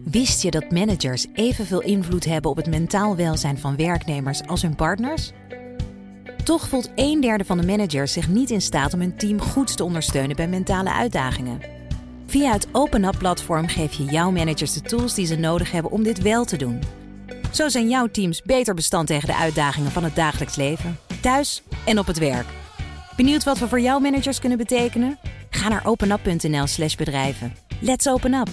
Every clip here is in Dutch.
Wist je dat managers evenveel invloed hebben op het mentaal welzijn van werknemers als hun partners? Toch voelt 1/3 van de managers zich niet in staat om hun team goed te ondersteunen bij mentale uitdagingen. Via het OpenUp-platform geef je jouw managers de tools die ze nodig hebben om dit wel te doen. Zo zijn jouw teams beter bestand tegen de uitdagingen van het dagelijks leven, thuis en op het werk. Benieuwd wat we voor jouw managers kunnen betekenen? Ga naar openup.nl/bedrijven. Let's open up!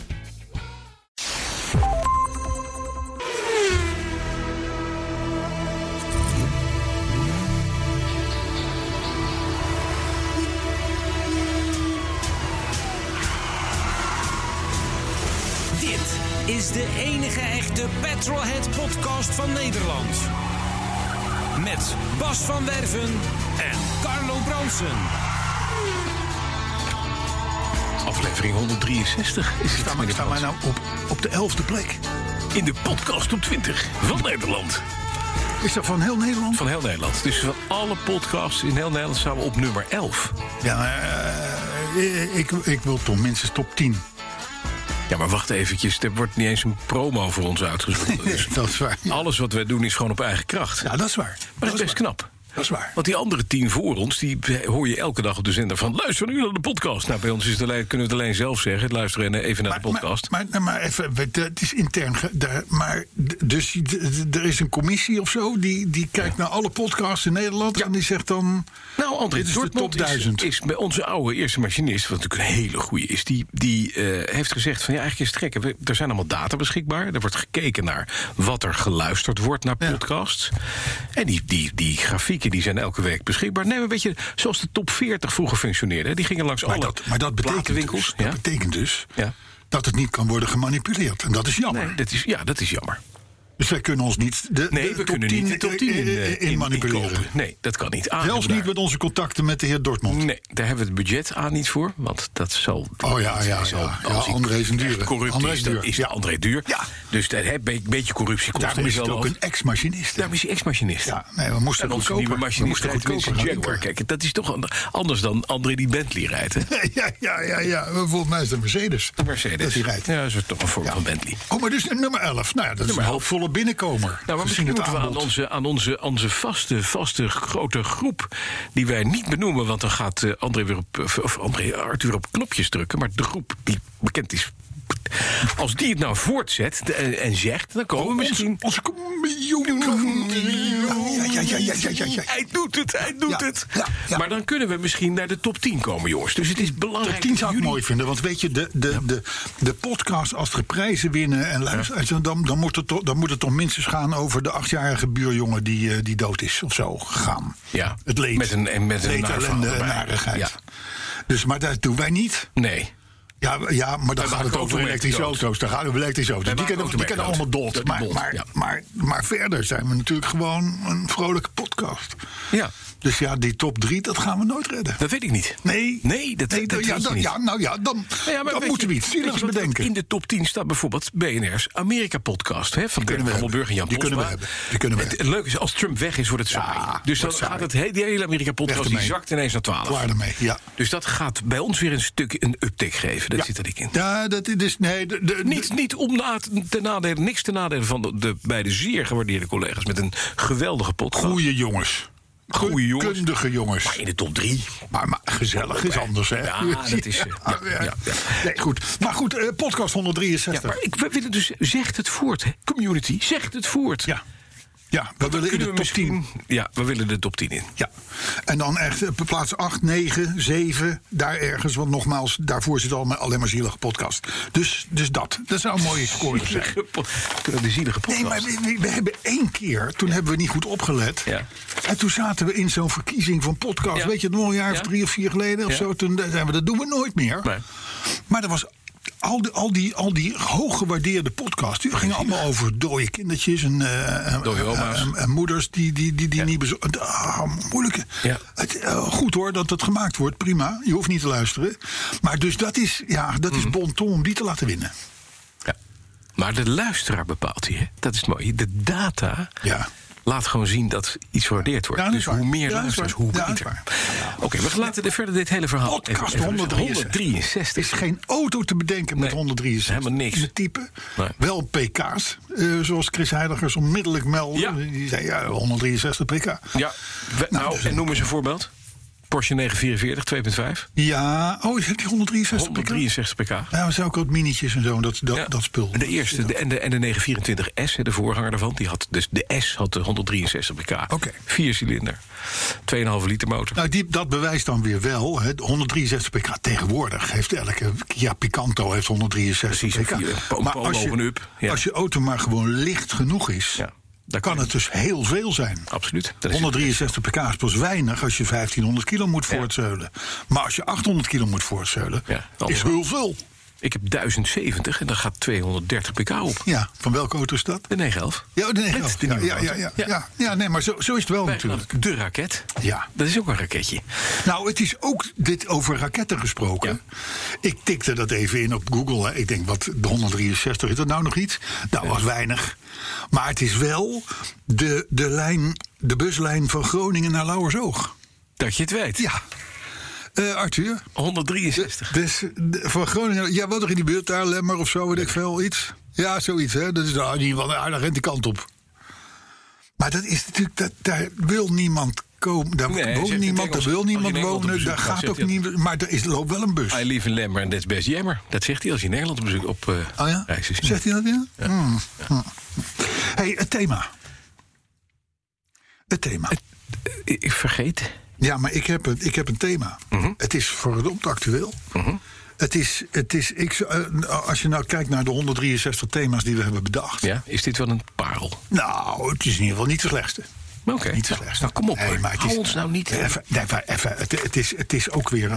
Dit is de enige echte Petrolhead-podcast van Nederland. Met Bas van Werven en Carlo Bronsen. Aflevering 163 is het. Staan wij nou op de 11e plek? In de podcast op 20 van Nederland. Is dat van heel Nederland? Van heel Nederland. Dus van alle podcasts in heel Nederland staan we op nummer 11. Ja, ik wil toch minstens top 10. Ja, maar wacht eventjes. Er wordt niet eens een promo voor ons uitgezonden. Dus dat is waar. Ja. Alles wat wij doen is gewoon op eigen kracht. Ja, dat is waar. Maar dat is best knap. Dat is waar. Want die andere 10 voor ons, die hoor je elke dag op de zender van... luister nu naar de podcast. Nou, bij ons is het alleen, kunnen we het alleen zelf zeggen. Luister even naar de podcast. Maar even, het is intern. Dus er is een commissie of zo... die kijkt naar alle podcasts in Nederland... en die zegt dan... Nou, André, dit is de top 1000. Is bij onze oude eerste machinist... wat natuurlijk een hele goeie is... die heeft gezegd van ja, eigenlijk is het gek. Er zijn allemaal data beschikbaar. Er wordt gekeken naar wat er geluisterd wordt naar podcasts. Ja. En die grafieken die zijn elke week beschikbaar. Nee, een beetje zoals de top 40 vroeger functioneerde. Die gingen langs alle platenwinkels. Dat betekent dus dat het niet kan worden gemanipuleerd. En dat is jammer. Nee, dat is jammer. Dus wij kunnen ons niet we kunnen niet de top 10 in manipuleren. Inkopen. Nee, dat kan niet. Zelfs niet met onze contacten met de heer Dortmund. Nee, daar hebben we het budget aan niet voor. Want dat zal... André is een dure. Corruptie is André duur. Ja. Dus een beetje corruptie kost. Daarom is het ook een ex-machinist. Daarom is hij ex-machinist. Ja, nee, we moesten onze nieuwe machinist rijdt een Jaguar. Kijk, dat is toch anders dan André die Bentley rijdt. Hè? Ja. Volgens mij is het een Mercedes. De Mercedes. Dat hij rijdt. Ja, dat is toch een vorm van Bentley. Oh, maar dus nummer 11. Nou ja, dat is een hoopvolle binnenkomer. Nou, maar misschien moeten we aan onze vaste grote groep... die wij niet benoemen, want dan gaat Arthur op knopjes drukken... maar de groep die bekend is... Als die het nou voortzet en zegt, dan komen we misschien... Onze Hij doet het. Ja. Maar dan kunnen we misschien naar de top 10 komen, jongens. Dus het is belangrijk. Top 10 zou ik mooi vinden, want weet je, de podcast, als er prijzen winnen en luisteren... dan moet het toch minstens gaan over de 8-jarige buurjongen die dood is of zo gegaan. Ja, het leed. Met een ellende en narigheid. Ja. Dus, maar dat doen wij niet. Nee. Ja, maar dan gaat het over elektrische auto's. Dan gaan we over elektrische auto's. Die kennen allemaal dood. Maar verder zijn we natuurlijk gewoon een vrolijke podcast. Ja. Dus ja, die top 3, dat gaan we nooit redden. Dat weet ik niet. Nee, dat weet je niet. Dan moeten we iets zieligs bedenken. In de top 10 staat bijvoorbeeld BNR's Amerika-podcast. Van Bert Hammelburg en Jan Posma. Die kunnen we hebben. Het leuke is, als Trump weg is, wordt het saai. Dus dan gaat die hele Amerika-podcast, die zakt ineens naar 12. Klaar ermee, ja. Dus dat gaat bij ons weer een uptick geven. Dat zit er niet in. Ja, dat is... Nee, niet om niks ten nadele van de beide zeer gewaardeerde collega's... met een geweldige podcast. Goeie jongens. Kundige jongens. Maar in de top 3. Maar gezellig is anders, hè? Ja, dat is... Nee, goed. Maar goed, podcast 163. Ja, maar ik wil dus... Zegt het voort, hè? Community, zegt het voort. Ja, we willen in de top 10. Ja, we willen de top 10 in. Ja. En dan echt plaats 8, 9, 7, daar ergens. Want nogmaals, daarvoor zit alleen maar zielige podcast. Dus dat zou een mooie score zijn. De zielige podcast. Nee, maar we hebben 1 keer, toen hebben we niet goed opgelet. Ja. En toen zaten we in zo'n verkiezing van podcast. Ja. Weet je, nog een jaar of 3 of 4 geleden of zo. Toen zeiden we, dat doen we nooit meer. Nee. Maar er was... Al die hooggewaardeerde podcasts... die gingen allemaal over dode kindertjes... en moeders die niet bezorgd... moeilijke. Ja. Goed hoor, dat het gemaakt wordt. Prima, je hoeft niet te luisteren. Maar dus dat is bon ton om die te laten winnen. Ja. Maar de luisteraar bepaalt die, hè? Dat is mooi. De data... Ja. laat gewoon zien dat iets gewaardeerd wordt. Dus hoe meer luisteraars, hoe beter. Oké, we laten verder dit hele verhaal... Podcast 163 is geen auto te bedenken met 163. Helemaal niks. De type. Nee. Wel pk's, zoals Chris Heidegers onmiddellijk meldde. Ja. Die zei, 163 pk. Ja, dus en noem eens een voorbeeld. Porsche 944, 2.5. Ja, is het die 163 pk? 163 pk. Ja, we zijn ook wat minietjes en zo, dat spul. De eerste, en de 924S, de voorganger daarvan, die had, dus de S had de 163 pk. Okay. 4 cilinder, 2,5 liter motor. Nou, dat bewijst dan weer wel, 163 pk tegenwoordig. Heeft elke Picanto heeft 163 pk. Maar als je auto maar gewoon licht genoeg is... Ja. Dan kan het dus heel veel zijn. Absoluut. 163 pk is pas weinig als je 1500 kilo moet voortzeulen. Maar als je 800 kilo moet voortzeulen, is heel veel. Ik heb 1070 en dan gaat 230 pk op. Ja, van welke auto is dat? De 911. Ja, de 911. Ja, nee, maar zo is het wel natuurlijk. De raket. Ja. Dat is ook een raketje. Nou, het is ook dit over raketten gesproken. Ja. Ik tikte dat even in op Google. Hè. Ik denk, wat, de 163, is dat nou nog iets? Dat was weinig. Maar het is wel de buslijn van Groningen naar Lauwersoog. Dat je het weet. Ja. Arthur? 163. Dus van Groningen... Ja, wat er in die buurt daar, Lemmer of zo, weet ik veel, iets. Ja, zoiets, hè. Dat is daar rent die kant op. Maar dat is natuurlijk... Daar wil niemand komen. Daar woont niemand, daar wil niemand wonen. Daar gaat ook niet... Maar er loopt wel een bus. I live in Lemmer and that's best jammer. Dat zegt hij als hij in Nederland op bezoek op reis is. Zegt hij dat, ja? Ja. Hey, het thema. Ik vergeet... Ja, maar ik heb een thema. Mm-hmm. Het is verdomd actueel. Mm-hmm. Als je nou kijkt naar de 163 thema's die we hebben bedacht... Ja, is dit wel een parel? Nou, het is in ieder geval niet de slechtste. Oké. Niet de slechtste. Nou, kom op, nee, maar hou ons nou niet... Even, het is ook weer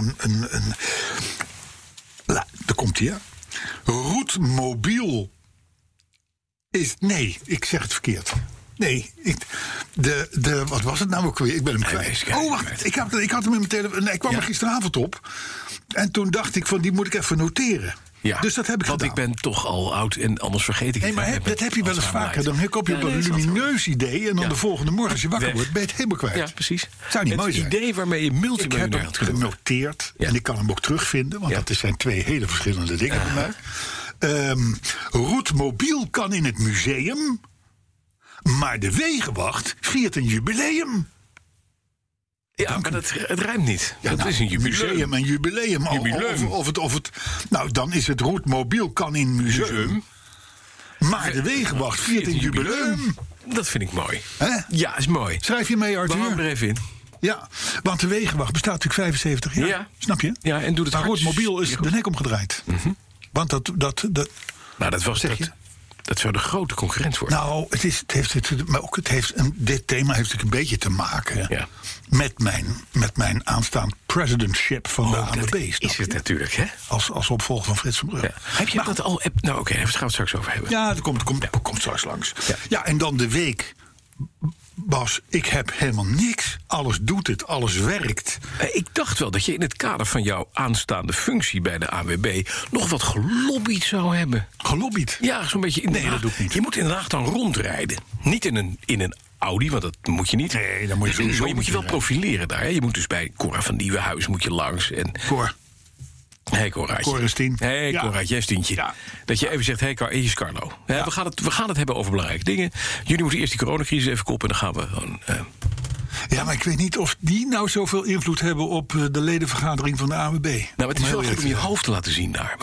daar komt hij, hè. Roetmobiel is... Nee, ik zeg het verkeerd. Nee, wat was het nou ook weer? Ik ben hem kwijt. Wacht, ik had hem in mijn telefoon. Nee, ik kwam er gisteravond op. En toen dacht ik van, die moet ik even noteren. Ja, dus dat heb ik gedaan. Want ik ben toch al oud en anders vergeet ik het. Nee, maar dat heb je wel eens vaker. Dan kom je op een lumineus idee... en dan de volgende morgen als je wakker wordt... ben je het helemaal kwijt. Ja, precies. Zou niet mooi zijn. Het idee waarmee je multimiljonair had genomen. Ik heb het genoteerd. En ik kan hem ook terugvinden. Want dat zijn 2 hele verschillende dingen bij mij. Roetmobiel kan in het museum... Maar de Wegenwacht viert een jubileum. Ja, maar het rijmt niet. Ja, dat is een jubileum. Een jubileum. Nou, dan is het Roetmobiel kan in museum. Maar de Wegenwacht viert een jubileum. Dat vind ik mooi. Hè? Ja, is mooi. Schrijf je mee, Arthur? We houden er even in. Ja, want de Wegenwacht bestaat natuurlijk 75 jaar. Ja. Snap je? Ja, en doet het maar Roetmobiel is de nek omgedraaid. Mm-hmm. Want dat was dat. Dat zou de grote concurrent worden. Nou, dit thema heeft natuurlijk een beetje te maken met mijn aanstaand presidentship van de ANWB. Is het natuurlijk, hè? Als opvolger van Frits van Brugge. Ja. Heb je dat al? Nou, oké, daar gaan we het straks over hebben. Ja, dat komt straks langs. Ja, en dan de week. Bas, ik heb helemaal niks. Alles doet het, alles werkt. Ik dacht wel dat je in het kader van jouw aanstaande functie bij de ANWB... nog wat gelobbyd zou hebben. Gelobbyd? Ja, zo'n beetje. Nee, dat doe ik niet. Je moet in Den Haag dan rondrijden. Niet in een Audi, want dat moet je niet. Nee, dan moet je sowieso. Maar je moet je wel profileren daar. Hè? Je moet dus bij Cora van Nieuwenhuis moet je langs. Cor. Hey Coraatje. Cor is 10. Hey Coraatje, is 10. Ja. Dat je even zegt, hier is Carlo. Ja. We gaan het hebben over belangrijke dingen. Jullie moeten eerst die coronacrisis even koppen en dan gaan we gewoon... Ja, maar ik weet niet of die nou zoveel invloed hebben op de ledenvergadering van de ANWB. Nou, het is wel goed om je hoofd te laten zien daar. We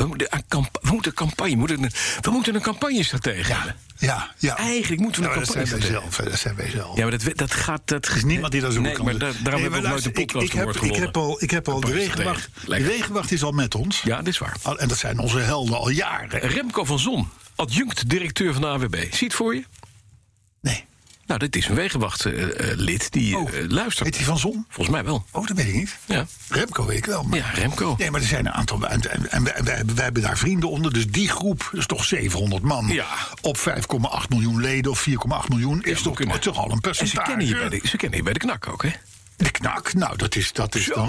moeten een campagnestratege hebben. Ja. Eigenlijk moeten we een campagne. Dat zijn wij zelf. Ja, maar dat gaat... Er is niemand die dat zo kan doen. Maar daarom hebben we nooit een podcast gewonnen. Ik heb al de Wegenwacht. De Wegenwacht is al met ons. Ja, dat is waar. En dat zijn onze helden al jaren. Remco van Zon, adjunct directeur van de ANWB. Zie je het voor je? Nee. Nou, dit is een Wegenwacht-lid die luistert. Heet hij Van Zon? Volgens mij wel. Oh, dat weet ik niet. Ja. Remco weet ik wel. Maar... Ja, Remco. Nee, maar er zijn een aantal... En wij hebben daar vrienden onder. Dus die groep, dat is toch 700 man. Ja. Op 5,8 miljoen leden of 4,8 miljoen. Is toch al een percentage. En ze kennen je bij de knak ook, hè? De Knak, nou, dat is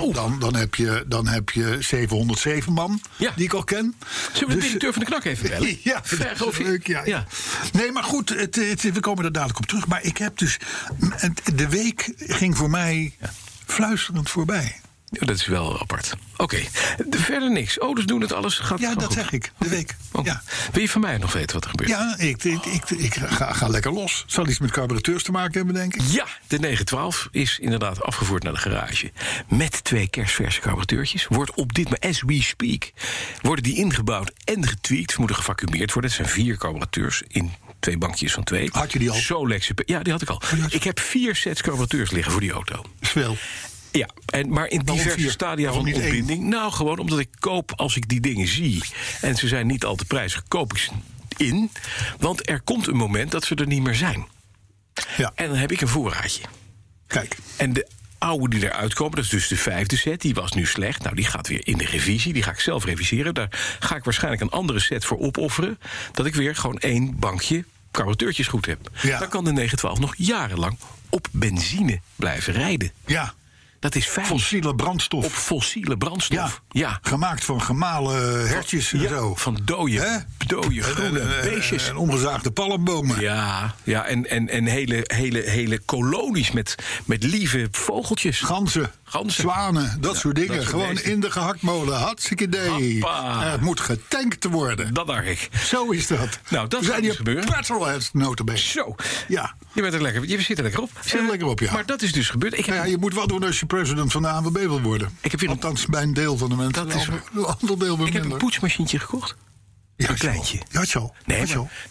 dan heb je 707 man, die ik al ken. Zullen we de directeur van de Knak even bellen? Ja, dat is leuk, ja. Nee, maar goed, we komen er dadelijk op terug. Maar ik heb dus... De week ging voor mij fluisterend voorbij. Ja, dat is wel apart. Oké, verder niks. Ouders doen het alles. Gaat dat goed. zeg ik. De week. Ja. Wil je van mij nog weten wat er gebeurt? Ja, ik ga lekker los. Zal iets met carburateurs te maken hebben, denk ik? Ja, de 912 is inderdaad afgevoerd naar de garage. Met 2 kerstverse carburateurtjes. Wordt op dit moment, as we speak, worden die ingebouwd en getweakt. Moeten gevacumeerd worden. Het zijn 4 carburateurs in 2 bankjes van 2. Had je die al? Solex. Ja, die had ik al. Ik heb 4 sets carburateurs liggen voor die auto. Veel. Ja, maar in diverse stadia van ontbinding. 1? Nou, gewoon omdat ik koop als ik die dingen zie. En ze zijn niet al te prijzig, koop ik ze in. Want er komt een moment dat ze er niet meer zijn. Ja. En dan heb ik een voorraadje. Kijk. En de oude die eruit komen, dat is dus de 5e set, die was nu slecht. Nou, die gaat weer in de revisie, die ga ik zelf reviseren. Daar ga ik waarschijnlijk een andere set voor opofferen. Dat ik weer gewoon 1 bankje carburateurtjes goed heb. Ja. Dan kan de 912 nog jarenlang op benzine blijven rijden. Ja. Dat is fijn. Fossiele brandstof. Op fossiele brandstof. Ja. Gemaakt van gemalen hertjes en zo. Van dode groene beestjes. En omgezaagde palmbomen. Ja, en hele kolonies met lieve vogeltjes. Ganzen. Zwanen, dat soort dingen. Gewoon beesten. in de gehaktmolen. Hartstikke idee. Het moet getankt worden. Dat dacht ik. Zo is dat. Nou, dat gaat dus gebeuren. Petrolheads notabene. Zo. Ja. Je zit er lekker op. Ja. Maar dat is dus gebeurd. Je moet wat doen als je president van de ANWB wil worden. Althans, bij een deel van de mensen. Dat is een ander deel ik heb een poetsmachientje gekocht. Ja, een kleintje. Ja, zo. Nee,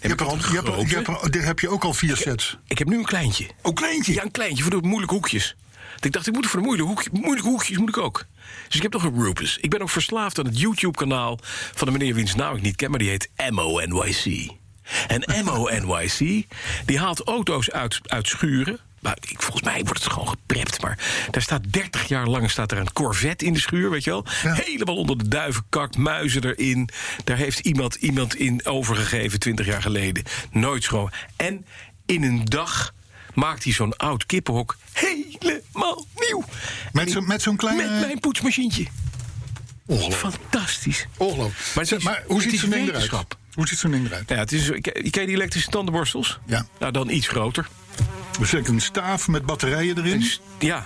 heb je ook al 4 sets? Ik heb nu een kleintje. Oh, kleintje? Ja, een kleintje voor de moeilijke hoekjes. Ik dacht, ik moet voor de moeilijke hoekjes moet ik ook. Dus ik heb nog een Rupus. Ik ben ook verslaafd aan het YouTube-kanaal van de meneer wiens naam ik niet ken, maar die heet Ammo NYC. En Ammo NYC, die haalt auto's uit schuren. Maar volgens mij wordt het gewoon geprept. Maar daar staat 30 jaar lang er een Corvette in de schuur, weet je wel. Ja. Helemaal onder de duivenkak, muizen erin. Daar heeft iemand in overgegeven 20 jaar geleden. Nooit schoon. En in een dag maakt hij zo'n oud kippenhok helemaal nieuw. Met zo'n kleine... Met mijn poetsmachientje. Fantastisch. Ongelooflijk. Maar hoe ziet zo'n ding eruit? Hoe ziet zo'n ding eruit? Ja, het is, ken je die elektrische tandenborstels? Ja. Nou, dan iets groter. Dus een staaf met batterijen erin? Ja.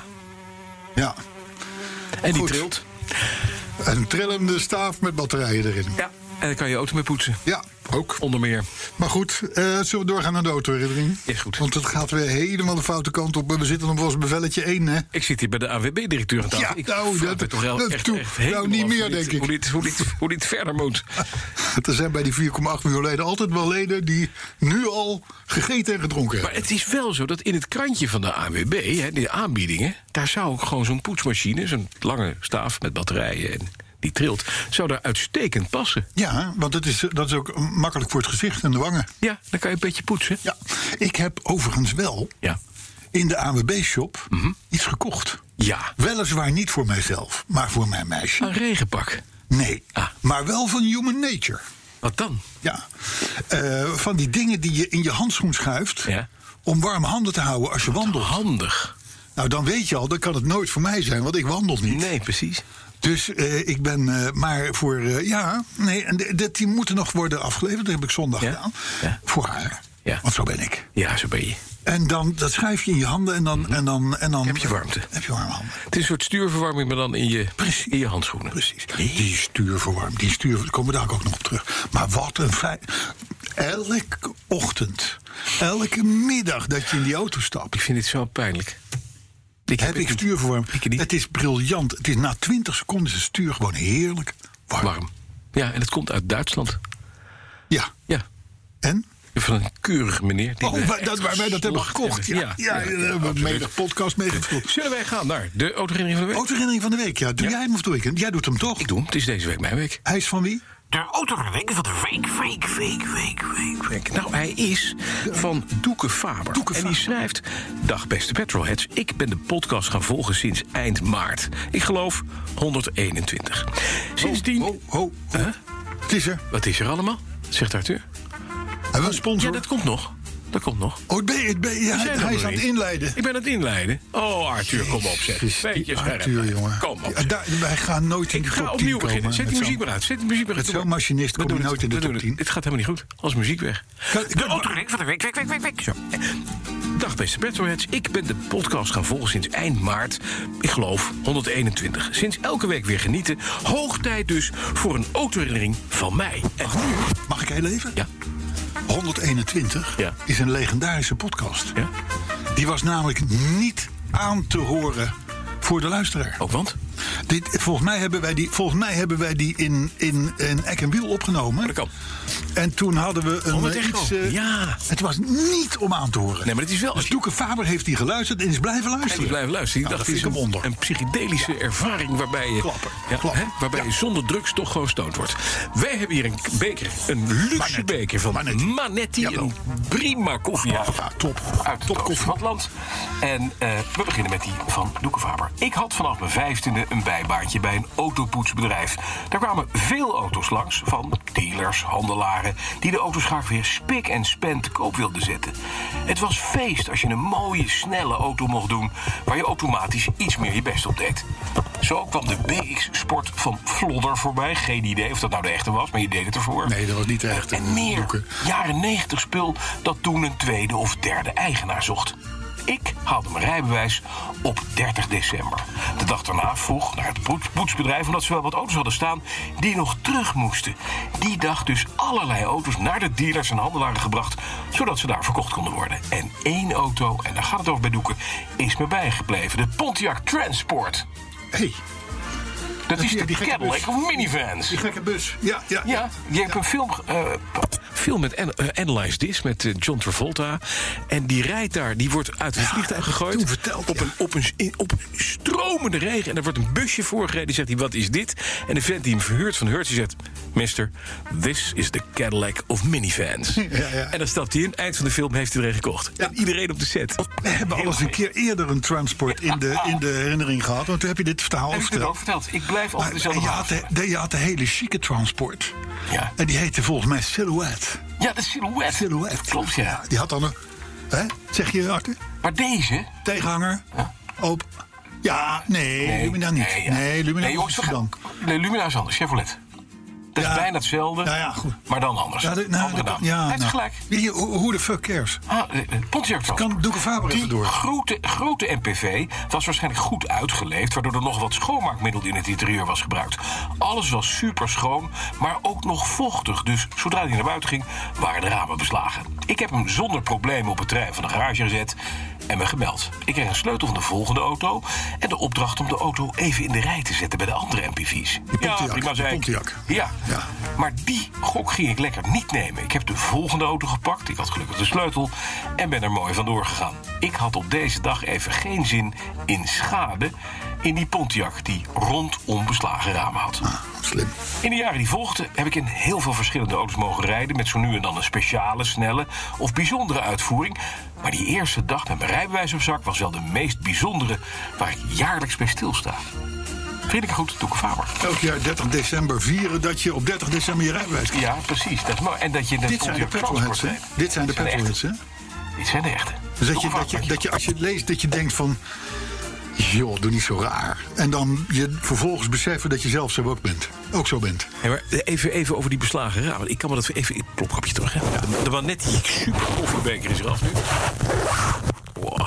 En die trilt. Een trillende staaf met batterijen erin. Ja. En dan kan je auto mee poetsen. Ja, ook. Onder meer. Maar goed, zullen we doorgaan naar de autoherinnering? Is goed. Want het gaat weer helemaal de foute kant op. We zitten nog wel eens bevelletje 1, hè? Ik zit hier bij de ANWB-directeur aan tafel. Ja, dat toch echt niet meer, denk ik. Hoe dit verder moet. Er zijn bij die 4,8 miljoen leden altijd wel leden die nu al gegeten en gedronken hebben. Maar het is wel zo dat in het krantje van de ANWB, de aanbiedingen, daar zou ook gewoon zo'n poetsmachine, zo'n lange staaf met batterijen en die trilt, zou daar uitstekend passen. Ja, want dat is ook makkelijk voor het gezicht en de wangen. Ja, dan kan je een beetje poetsen. Ja, ik heb overigens wel in de ANWB-shop iets gekocht. Ja. Weliswaar niet voor mijzelf, maar voor mijn meisje. Een regenpak? Nee, maar wel van Human Nature. Wat dan? Ja, van die dingen die je in je handschoen schuift om warme handen te houden als je wandelt. Handig. Nou, dan weet je al, dan kan het nooit voor mij zijn, want ik wandel niet. Nee, precies. Dus ik ben maar voor... en die moeten nog worden afgeleverd. Dat heb ik zondag gedaan. Ja. Voor haar. Ja. Want zo ben ik. Ja, zo ben je. En dan dat schuif je in je handen en dan heb je warmte. Heb je warme handen. Het is een soort stuurverwarming, maar dan in je handschoenen. Precies. Die stuurverwarming. Daar komen we daar ook nog op terug. Maar wat een feit. Elke ochtend, elke middag dat je in die auto stapt. Ik vind dit zo pijnlijk. Heb ik stuurverwarming. Het is briljant. Het is na 20 seconden is het stuur gewoon heerlijk warm. Ja, en het komt uit Duitsland. Ja. En? Van een keurige meneer. Waar wij dat hebben gekocht. Ja, we hebben een podcast meegevuld. Zullen wij gaan naar de autoherinnering van de week? Autoherinnering van de week, ja. Doe jij hem of doe ik hem? Jij doet hem toch? Ik doe hem. Het is deze week mijn week. Hij is van wie? De autoherinnering van de week. Nou, hij is van Doeke Faber. En die schrijft: Dag beste petrolheads, ik ben de podcast gaan volgen sinds eind maart. Ik geloof 121. Sindsdien... Het is er. Wat is er allemaal? Zegt Arthur. Hebben we een sponsor? Ja, dat komt nog. Dat komt nog. Oh, hij is aan het inleiden. Ik ben aan het inleiden. Oh, Arthur, kom op, zeg. Beetje scherp. Arthur, jongen. Kom op. Wij gaan nooit in de top 10 opnieuw komen. beginnen. Zet die muziek maar uit. Met zo'n machinist kom je nooit in de top 10. Dit gaat helemaal niet goed. Als muziek weg. De autolink van de week. Zo. Dag beste Petrolheads. Ik ben de podcast gaan volgen sinds eind maart. Ik geloof 121. Sinds elke week weer genieten. Hoog tijd dus voor een autoherinnering van mij. En nu... Mag ik heel even? Ja. 121 is een legendarische podcast. Ja? Die was namelijk niet aan te horen voor de luisteraar. Ook want? Volgens mij hebben wij die in Eck en Wiel opgenomen. Dat kan. En toen hadden we iets... Het was niet om aan te horen. Nee, maar het is wel... Dus Doeke Faber heeft die geluisterd en is blijven luisteren. Ik dacht, het is een psychedelische ervaring waarbij je... Klappen. Waarbij je zonder drugs toch gewoon stoned wordt. Wij hebben hier een beker, een luxe beker van Manetti. Een prima koffie. Top. Uit het oosten van het land. En we beginnen met die van Doeke Faber. Ik had vanaf mijn 15e een bijbaantje bij een autopoetsbedrijf. Daar kwamen veel auto's langs van dealers, handelaren... die de auto's graag weer spik en span te koop wilden zetten. Het was feest als je een mooie, snelle auto mocht doen... waar je automatisch iets meer je best op deed. Zo kwam de BX Sport van Vlodder voorbij. Geen idee of dat nou de echte was, maar je deed het ervoor. Nee, dat was niet de echte. En meer jaren 90 spul dat toen een tweede of derde eigenaar zocht. Ik haalde mijn rijbewijs op 30 december. De dag daarna vroeg naar het poetsbedrijf... omdat ze wel wat auto's hadden staan die nog terug moesten. Die dag dus allerlei auto's naar de dealers en handelaren gebracht... zodat ze daar verkocht konden worden. En 1 auto, en daar gaat het over bij Doeken... is me bijgebleven, de Pontiac Transport. Hey. Dat is de Cadillac of minivans. Die gekke bus. Ja. Je hebt een film met Analyze This met John Travolta. En die rijdt daar, die wordt uit het vliegtuig gegooid. Toen verteld, op een stromende regen. En er wordt een busje voorgereden. Die zegt hij, wat is dit? En de vent die hem verhuurt van Hertz, die zegt... Mister, this is the Cadillac of minivans. En dan stapt hij in. Eind van de film heeft hij er een gekocht. En iedereen op de set. We hebben al eens een keer eerder een transport in de herinnering gehad. Want toen heb je dit verhaal verteld. Ik blijf altijd dezelfde je had de hele chique transport. Ja. En die heette volgens mij Silhouette. Ja, de Silhouette. Klopt, ja. Die had dan een... Hè? Zeg je, Arthur? Maar deze? Tegenhanger. Op... Ja, nee, Lumina niet. Nee, Lumina is Amsterdam. Nee, Lumina is anders. Chevrolet. Dat is bijna hetzelfde, goed. Maar dan anders. Hij heeft gelijk. Who the fuck cares? Pontiac kan Doeke Faber even door. Grote MPV was waarschijnlijk goed uitgeleefd... waardoor er nog wat schoonmaakmiddel in het interieur was gebruikt. Alles was super schoon, maar ook nog vochtig. Dus zodra hij naar buiten ging, waren de ramen beslagen. Ik heb hem zonder problemen op het terrein van de garage gezet... en me gemeld. Ik kreeg een sleutel van de volgende auto... en de opdracht om de auto even in de rij te zetten bij de andere MPV's. Prima, zei ik. Ja, maar die gok ging ik lekker niet nemen. Ik heb de volgende auto gepakt, ik had gelukkig de sleutel... en ben er mooi vandoor gegaan. Ik had op deze dag even geen zin in schade... in die Pontiac die rondom beslagen ramen had. Slim. In de jaren die volgden heb ik in heel veel verschillende auto's mogen rijden... met zo nu en dan een speciale, snelle of bijzondere uitvoering... maar die eerste dag met mijn rijbewijs op zak... was wel de meest bijzondere waar ik jaarlijks bij stilsta. Vriendelijk goed, Doeke Faber. Elk jaar 30 december vieren dat je op 30 december je rijbewijs krijgt. Ja, precies. Dat is mooi. En dat je Dit zijn de petrolheads, hè? Dit zijn de petrolheads, hè? Dit zijn de echte. Dus dat je als je het leest, dat je denkt van... joh, doe niet zo raar. En dan je vervolgens beseffen dat je zelf zo ook zo bent. Hey, maar even over die beslagen ramen. Ik kan me dat even... Plopkapje terug, hè? Ja. Er was net die super koffiebeker is eraf nu. Wow.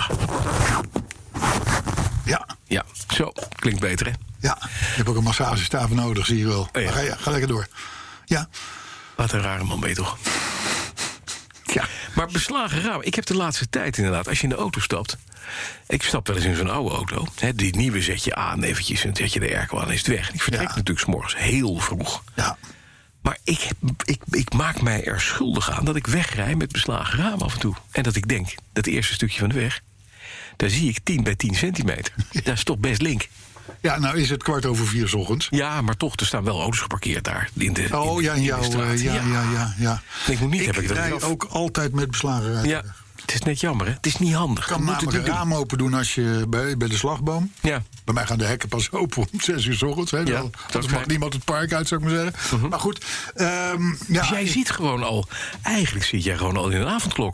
Ja, zo. Klinkt beter, hè? Ja, je hebt ook een massagestaaf nodig, zie je wel. Oh, ja. Ga lekker door. Ja. Wat een rare man ben je toch? Ja. Maar beslagen ramen. Ik heb de laatste tijd inderdaad, als je in de auto stapt... Ik stap wel eens in zo'n oude auto. Die nieuwe zet je aan eventjes en zet je de airco aan en is het weg. Ik vertrek natuurlijk 's morgens heel vroeg. Ja. Maar ik maak mij er schuldig aan dat ik wegrij met beslagen ramen af en toe. En dat ik denk, dat eerste stukje van de weg... daar zie ik 10 bij 10 centimeter. Dat is toch best link. Ja, nou is het 4:15 's ochtends. Ja, maar toch, er staan wel auto's geparkeerd daar. In de straat. Ja. Ik moet niet, heb ik rij ook altijd met beslagen rijden. Ja, het is net jammer, hè? Het is niet handig. Je kan namelijk een raam open doen als je bij de slagboom. Ja. Bij mij gaan de hekken pas open om 6 uur 's ochtends. Hè? Ja, anders mag niemand het park uit, zou ik maar zeggen. Maar goed. Dus jij ziet gewoon al... Eigenlijk zit jij gewoon al in een avondklok, hè?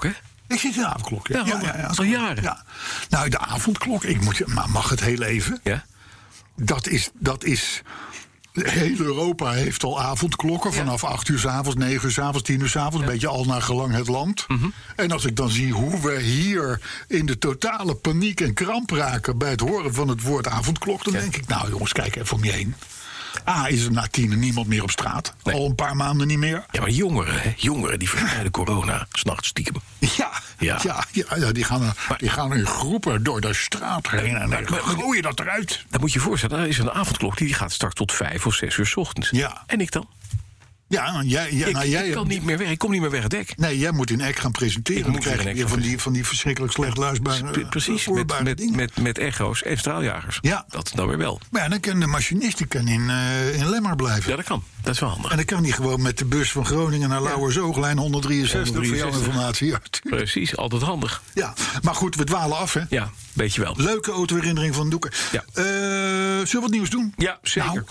Ik zit in de avondklok. Ja, al jaren. Ja. Nou, de avondklok, maar mag het heel even? Ja. Dat is. Heel Europa heeft al avondklokken vanaf 8 uur 's avonds, 9 uur 's avonds, 10 uur 's avonds. Een beetje al naar gelang het land. Mm-hmm. En als ik dan zie hoe we hier in de totale paniek en kramp raken bij het horen van het woord avondklok, dan denk ik, nou jongens, kijk even om je heen. Is er na 10 niemand meer op straat. Nee. Al een paar maanden niet meer. Ja, maar jongeren die verspreiden corona 's nachts stiekem. Ja, die gaan in groepen door de straat heen en dan gooien dat eruit. Dan moet je je voorstellen, er is een avondklok die gaat straks tot 5 of 6 uur 's ochtends. Ja. En ik dan? Ja, ik kan niet meer weg. Ik kom niet meer weg het dek. Nee, jij moet in Eck gaan presenteren. Dan krijg je weer van die verschrikkelijk slecht luistbare. Precies, met echo's en straaljagers. Ja. Dat dan weer wel. Maar ja, dan kan de machinist in Lemmer blijven. Ja, dat kan. Dat is wel handig. En dan kan hij gewoon met de bus van Groningen naar Lauwersoog, lijn 163 voor jouw informatie. Ja, precies, altijd handig. Ja, maar goed, we dwalen af, hè? Ja, weet je wel. Leuke auto-herinnering van Doeken. Ja. Zullen we wat nieuws doen? Ja, zeker.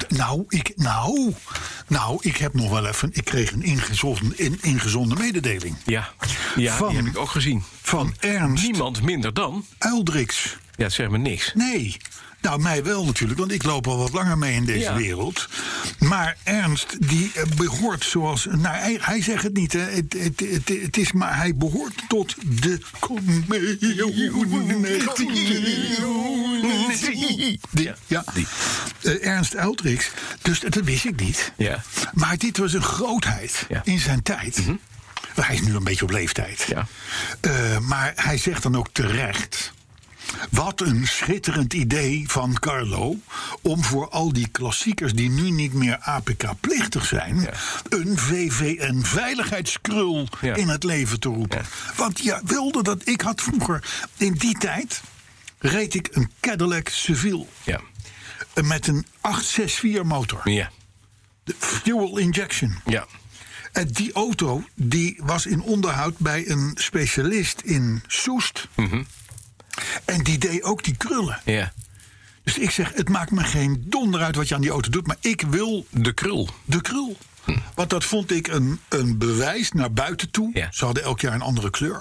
Ik heb nog wel even. Ik kreeg een ingezonde mededeling. Ja, die heb ik ook gezien. Van Ernst. Niemand minder dan Uildriks. Ja, het zegt me niks. Nee. Nou, mij wel natuurlijk, want ik loop al wat langer mee in deze wereld. Maar Ernst, die behoort zoals. Nou, hij zegt het niet, hè. Het is, maar hij behoort tot de Ernst Uildriks. Dus dat wist ik niet. Ja. Maar dit was een grootheid in zijn tijd. Mm-hmm. Hij is nu een beetje op leeftijd. Ja. Maar hij zegt dan ook terecht. Wat een schitterend idee van Carlo om voor al die klassiekers die nu niet meer APK-plichtig zijn, een VVN-veiligheidskrul in het leven te roepen. Ja. Want wilde dat. Ik had vroeger, in die tijd, reed ik een Cadillac Seville. Ja. Met een 864 motor. Ja. De fuel injection. Ja. En die auto die was in onderhoud bij een specialist in Soest. Mm-hmm. En die deed ook die krullen. Ja. Dus ik zeg, het maakt me geen donder uit wat je aan die auto doet, maar ik wil de krul. De krul. Want dat vond ik een bewijs naar buiten toe. Ja. Ze hadden elk jaar een andere kleur.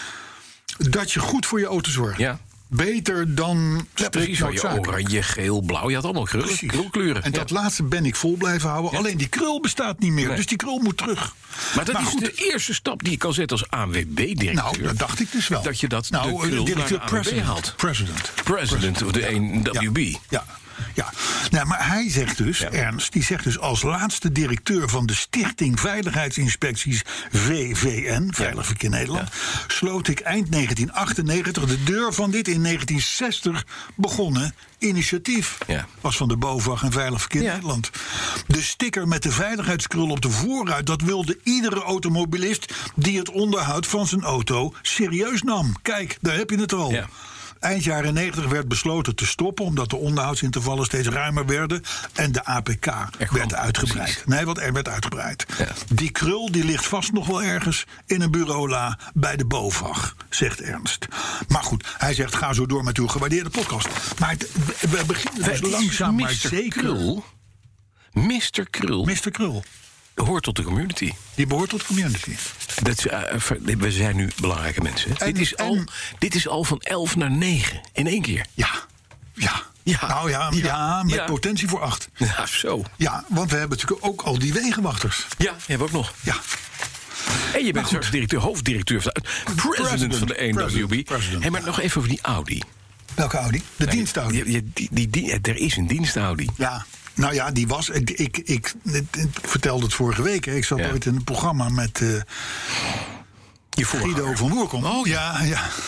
Dat je goed voor je auto zorgt. Ja. Beter dan precies, oranje, geel, blauw. Je had allemaal krulkleuren. En dat laatste ben ik vol blijven houden. Ja. Alleen die krul bestaat niet meer. Nee. Dus die krul moet terug. Maar dat is de eerste stap die je kan zetten als ANWB-directeur. Nou, dat dacht ik dus wel. Dat je dat de krul naar de ANWB haalt. President of de NWB. Ja. Ja, nou, maar hij zegt dus, Ernst, die zegt dus als laatste directeur van de Stichting Veiligheidsinspecties VVN, Veilig Verkeer Nederland, sloot ik eind 1998 de deur van dit in 1960 begonnen initiatief. Was van de BOVAG en Veilig Verkeer Nederland. De sticker met de veiligheidskrul op de voorruit, dat wilde iedere automobilist die het onderhoud van zijn auto serieus nam. Kijk, daar heb je het al. Ja. Eind jaren 90 werd besloten te stoppen, omdat de onderhoudsintervallen steeds ruimer werden en de APK werd uitgebreid. Precies. Nee, want er werd uitgebreid. Ja. Die krul die ligt vast nog wel ergens in een bureaula bij de BOVAG, zegt Ernst. Maar goed, hij zegt, ga zo door met uw gewaardeerde podcast. Maar we beginnen dus langzaam maar zeker. Mr. Krul. Hoort tot de community. Die behoort tot de community. We zijn nu belangrijke mensen. Dit is al van 11 naar 9 in één keer. Ja. Met potentie voor 8. Ja, zo. Ja, want we hebben natuurlijk ook al die wegenwachters. Ja, die hebben we ook nog. Ja. En je bent straks hoofddirecteur van president van de NWB. Hey, maar nog even over die Audi. Welke Audi? De dienst-Audi. Er is een dienst-Audi. Ja. Nou ja, die was. Ik vertelde het vorige week. Ik zat ooit in een programma met Guido van Woerkom. Oh ja.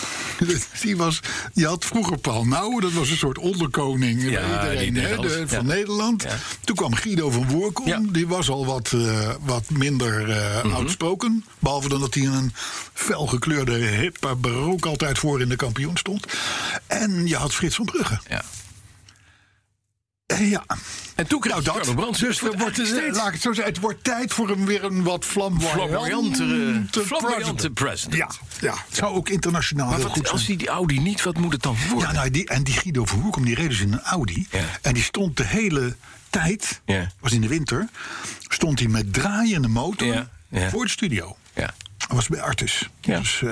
Je had vroeger Paul Nouwen, dat was een soort onderkoning van Nederland. Ja. Toen kwam Guido van Woerkom, die was al wat minder outspoken. Behalve dan dat hij in een felgekleurde hippe broek altijd voor in de kampioen stond. En je had Frits van Brugge. Ja. Ja. En toen kreeg Carlo Brandsen. Dus laat ik het zo zeggen, het wordt tijd voor weer een wat flamboyante president. Ja, het zou ook internationaal heel goed zijn. Als die Audi niet, wat moet het dan worden? Ja, die Guido van Woerkom, die reed dus in een Audi. Ja. En die stond de hele tijd, was in de winter, stond hij met draaiende motor voor de studio. Ja. Dat was bij Artus. Ja. Dus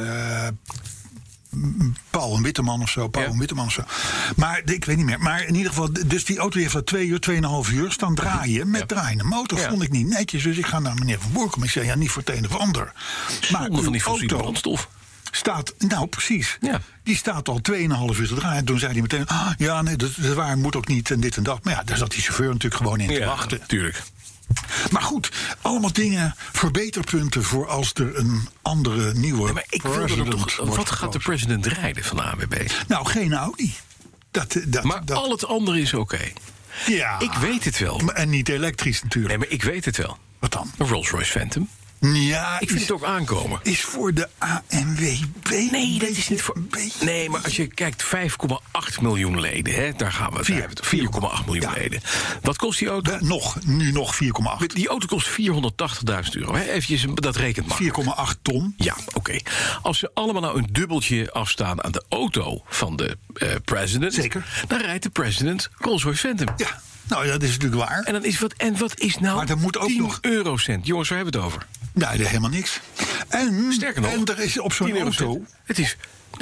Paul en Witteman of zo. Maar ik weet niet meer. Maar in ieder geval, dus die auto heeft dat 2,5 uur staan draaien met draaiende motor. Vond ik niet netjes. Dus ik ga naar meneer Van Boerkom. Ik zei, ja, niet voor het een of ander. Maar van die fossiele brandstof. Staat, nou precies, ja. Die staat al 2,5 uur te draaien. Toen zei hij meteen, ja, nee, dat is waar, moet ook niet en dit en dat. Maar ja, daar zat die chauffeur natuurlijk gewoon in te wachten. Tuurlijk. Maar goed, allemaal dingen, verbeterpunten voor als er een andere nieuwe. Ja, maar ik wilde toch. Wat gaat de president rijden van de ANWB? Nou, geen Audi. Maar al het andere is oké. Ja. Ik weet het wel. En niet elektrisch natuurlijk. Nee, maar ik weet het wel. Wat dan? Een Rolls-Royce Phantom. Ja, ik vind het ook aankomen. Is voor de ANWB. Nee, dat is niet voor. Nee, maar als je kijkt, 5,8 miljoen leden, hè, daar gaan we. 4,8 miljoen leden. Wat kost die auto? Nu nog 4,8. Die auto kost €480.000. Hè? Eventjes, dat rekent maar. 4,8 ton. Ja, oké. Als ze allemaal nou een dubbeltje afstaan aan de auto van de president. Zeker. Dan rijdt de president Rolls-Royce Phantom. Ja. Nou ja, dat is natuurlijk waar. En dan is wat is nou maar er moet ook 10 nog eurocent? Jongens, waar hebben we het over? Nee, helemaal niks. En sterker nog, en er is op zo'n auto. Het is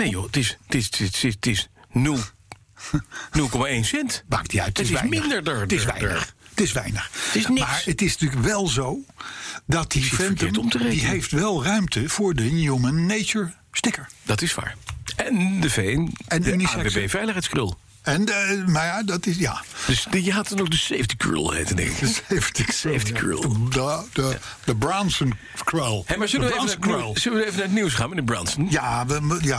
0,1 cent. Maakt niet uit. Het is minder. Het is weinig. Het is weinig. Het is niks. Maar het is natuurlijk wel zo dat die Phantom, die heeft wel ruimte voor de Human Nature sticker. Dat is waar. En de ANWB-veiligheidskrul. Maar ja, dat is, ja. Dus je had dan ook de safety curl heten, denk ik. De safety curl. De Bronson curl. Hey, maar zullen we even naar het nieuws gaan, meneer Bronson? Ja,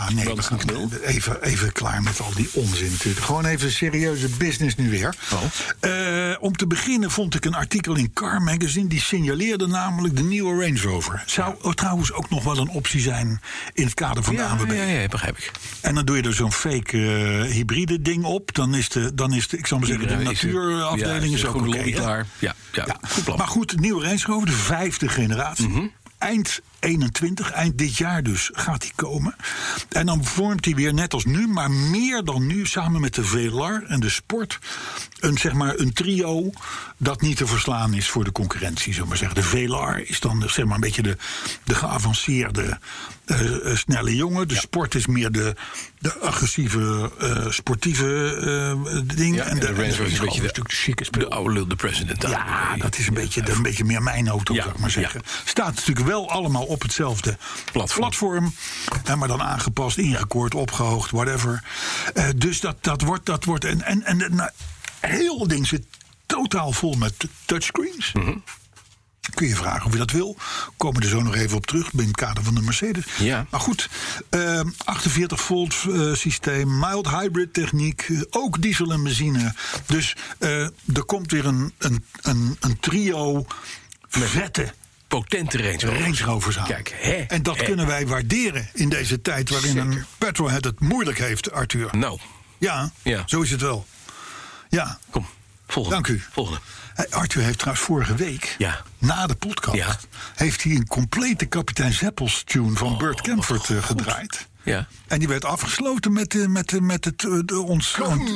even klaar met al die onzin natuurlijk. Gewoon even serieuze business nu weer. Om te beginnen vond ik een artikel in Car Magazine. Die signaleerde namelijk de nieuwe Range Rover. Zou trouwens ook nog wel een optie zijn in het kader van de ANWB. Ja, begrijp ik. En dan doe je er zo'n fake hybride ding op. Dan is de ik zal maar zeggen, de natuurafdeling is ook oké. Klaar. Ja. Goed plan. Maar goed, de nieuwe Range Rover, de 5e generatie. Eind 21, eind dit jaar dus, gaat die komen. En dan vormt hij weer, net als nu, maar meer dan nu, samen met de Velar en de Sport, een trio dat niet te verslaan is voor de concurrentie, zullen we maar zeggen. De Velar is dan zeg maar een beetje de geavanceerde snelle jongen. De Sport is meer de agressieve, sportieve ding. Ja, en de Range Rover is een beetje de chique speel. De oude lul, de president. Ja, dat is een beetje meer mijn auto, zou ik maar zeggen. Staat natuurlijk wel allemaal op hetzelfde platform. Maar dan aangepast, ingekoord, opgehoogd, whatever. Dus dat wordt. En heel ding zit totaal vol met touchscreens. Kun je vragen of je dat wil. Komen er zo nog even op terug binnen het kader van de Mercedes. Ja. Maar goed, 48 volt systeem, mild hybrid techniek, ook diesel en benzine. Dus er komt weer een trio vette, potente Range Rovers aan. Kijk, en dat kunnen wij waarderen in deze tijd waarin een petrolhead het moeilijk heeft, Arthur. Nou. Ja, zo is het wel. Ja. Kom, volgende. Dank u. Volgende. Arthur heeft trouwens vorige week, na de podcast, heeft hij een complete Kapitein Zeppels tune van Burt Camford gedraaid. Ja. En die werd afgesloten met ons.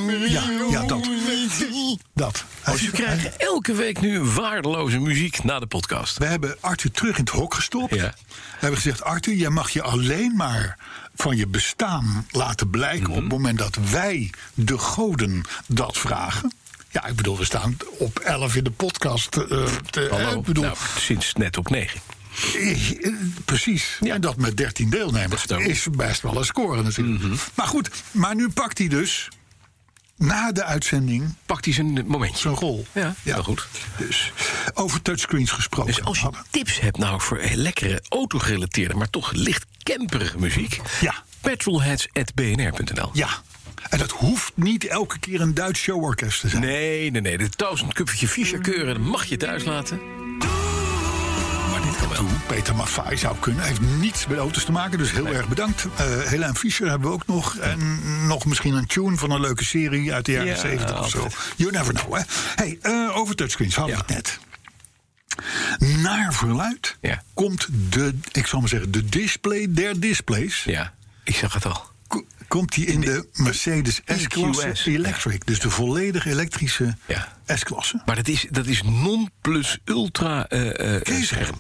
Dat. Dus we krijgen elke week nu waardeloze muziek na de podcast. We hebben Arthur terug in het hok gestopt. We hebben gezegd, Arthur, jij mag je alleen maar van je bestaan laten blijken op het moment dat wij, de goden, dat vragen. Ja, ik bedoel, we staan op 11 in de podcast. Sinds net op 9. Precies. Ja. En dat met 13 deelnemers is best wel een score natuurlijk. Maar goed, maar nu pakt hij dus, na de uitzending, zijn momentje. Zijn rol. Ja, heel goed. Dus over touchscreens gesproken. Dus als je tips hebt nou voor lekkere autogerelateerde, maar toch licht camperige muziek. Ja. Petrolheads@bnr.nl. Ja. En dat hoeft niet elke keer een Duits showorkest te zijn. Nee. De 1000 kupfertje Fischer-keuren, dat mag je thuis laten. Maar dit kan wel. Peter Maffay zou kunnen. Hij heeft niets met auto's te maken, dus heel erg bedankt. Helene Fischer hebben we ook nog. En nog misschien een tune van een leuke serie uit de jaren 70 of zo. You never know, hè. Hey, over touchscreens hadden we het net. Naar verluid komt ik zal maar zeggen, de display der displays. Ja, ik zag het al. komt die in de Mercedes S-klasse Electric. Ja. Dus de volledig elektrische S-klasse. Maar dat is non-plus-ultra scherm.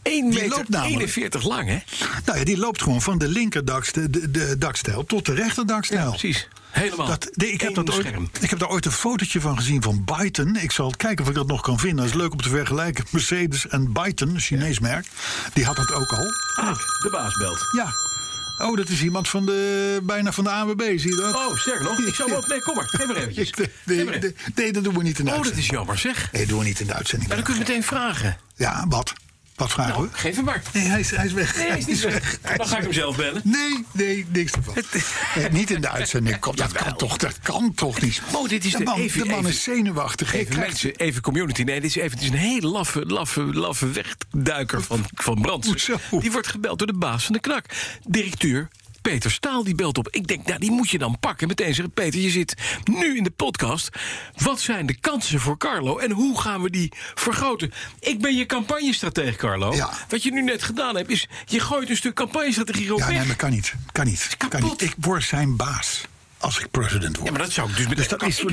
1,41 meter lang, hè? Nou ja, die loopt gewoon van de linker dakstijl tot de rechter dakstijl. Ja, precies. Helemaal. Ik heb daar ooit een fotootje van gezien van Byton. Ik zal kijken of ik dat nog kan vinden. Dat is leuk om te vergelijken. Mercedes en Byton, een Chinees merk. Die had dat ook al. Kijk, de baas belt. Ja. Oh, dat is iemand bijna van de ANWB, zie je dat? Oh, sterk nog. Ik zou op. Nee, kom maar. Geef maar eventjes. Nee, dat doen we niet in de uitzending. Oh, dat is jammer, zeg. Nee, dat doen we niet in de uitzending. Maar dan kun je meteen vragen. Ja, wat? Wat vragen we? Geef hem maar. Nee, hij is weg. Nee, hij is niet weg. Dan ga ik hem zelf bellen. Nee, niks ervan. Niet in de uitzending. Dat kan toch niet. Oh, dit is de man is zenuwachtig. Even community. Nee, dit is een hele laffe wegduiker van Brandsen. Die wordt gebeld door de baas van de Knak. Directeur Peter Staal die belt op. Ik denk, die moet je dan pakken. Meteen zeggen, Peter, je zit nu in de podcast. Wat zijn de kansen voor Carlo en hoe gaan we die vergroten? Ik ben je campagnestratege, Carlo. Ja. Wat je nu net gedaan hebt, is je gooit een stuk campagnestrategie op weg. Nee, maar kan niet. Ik word zijn baas. Als ik president word. Ja, maar dat zou ik dus met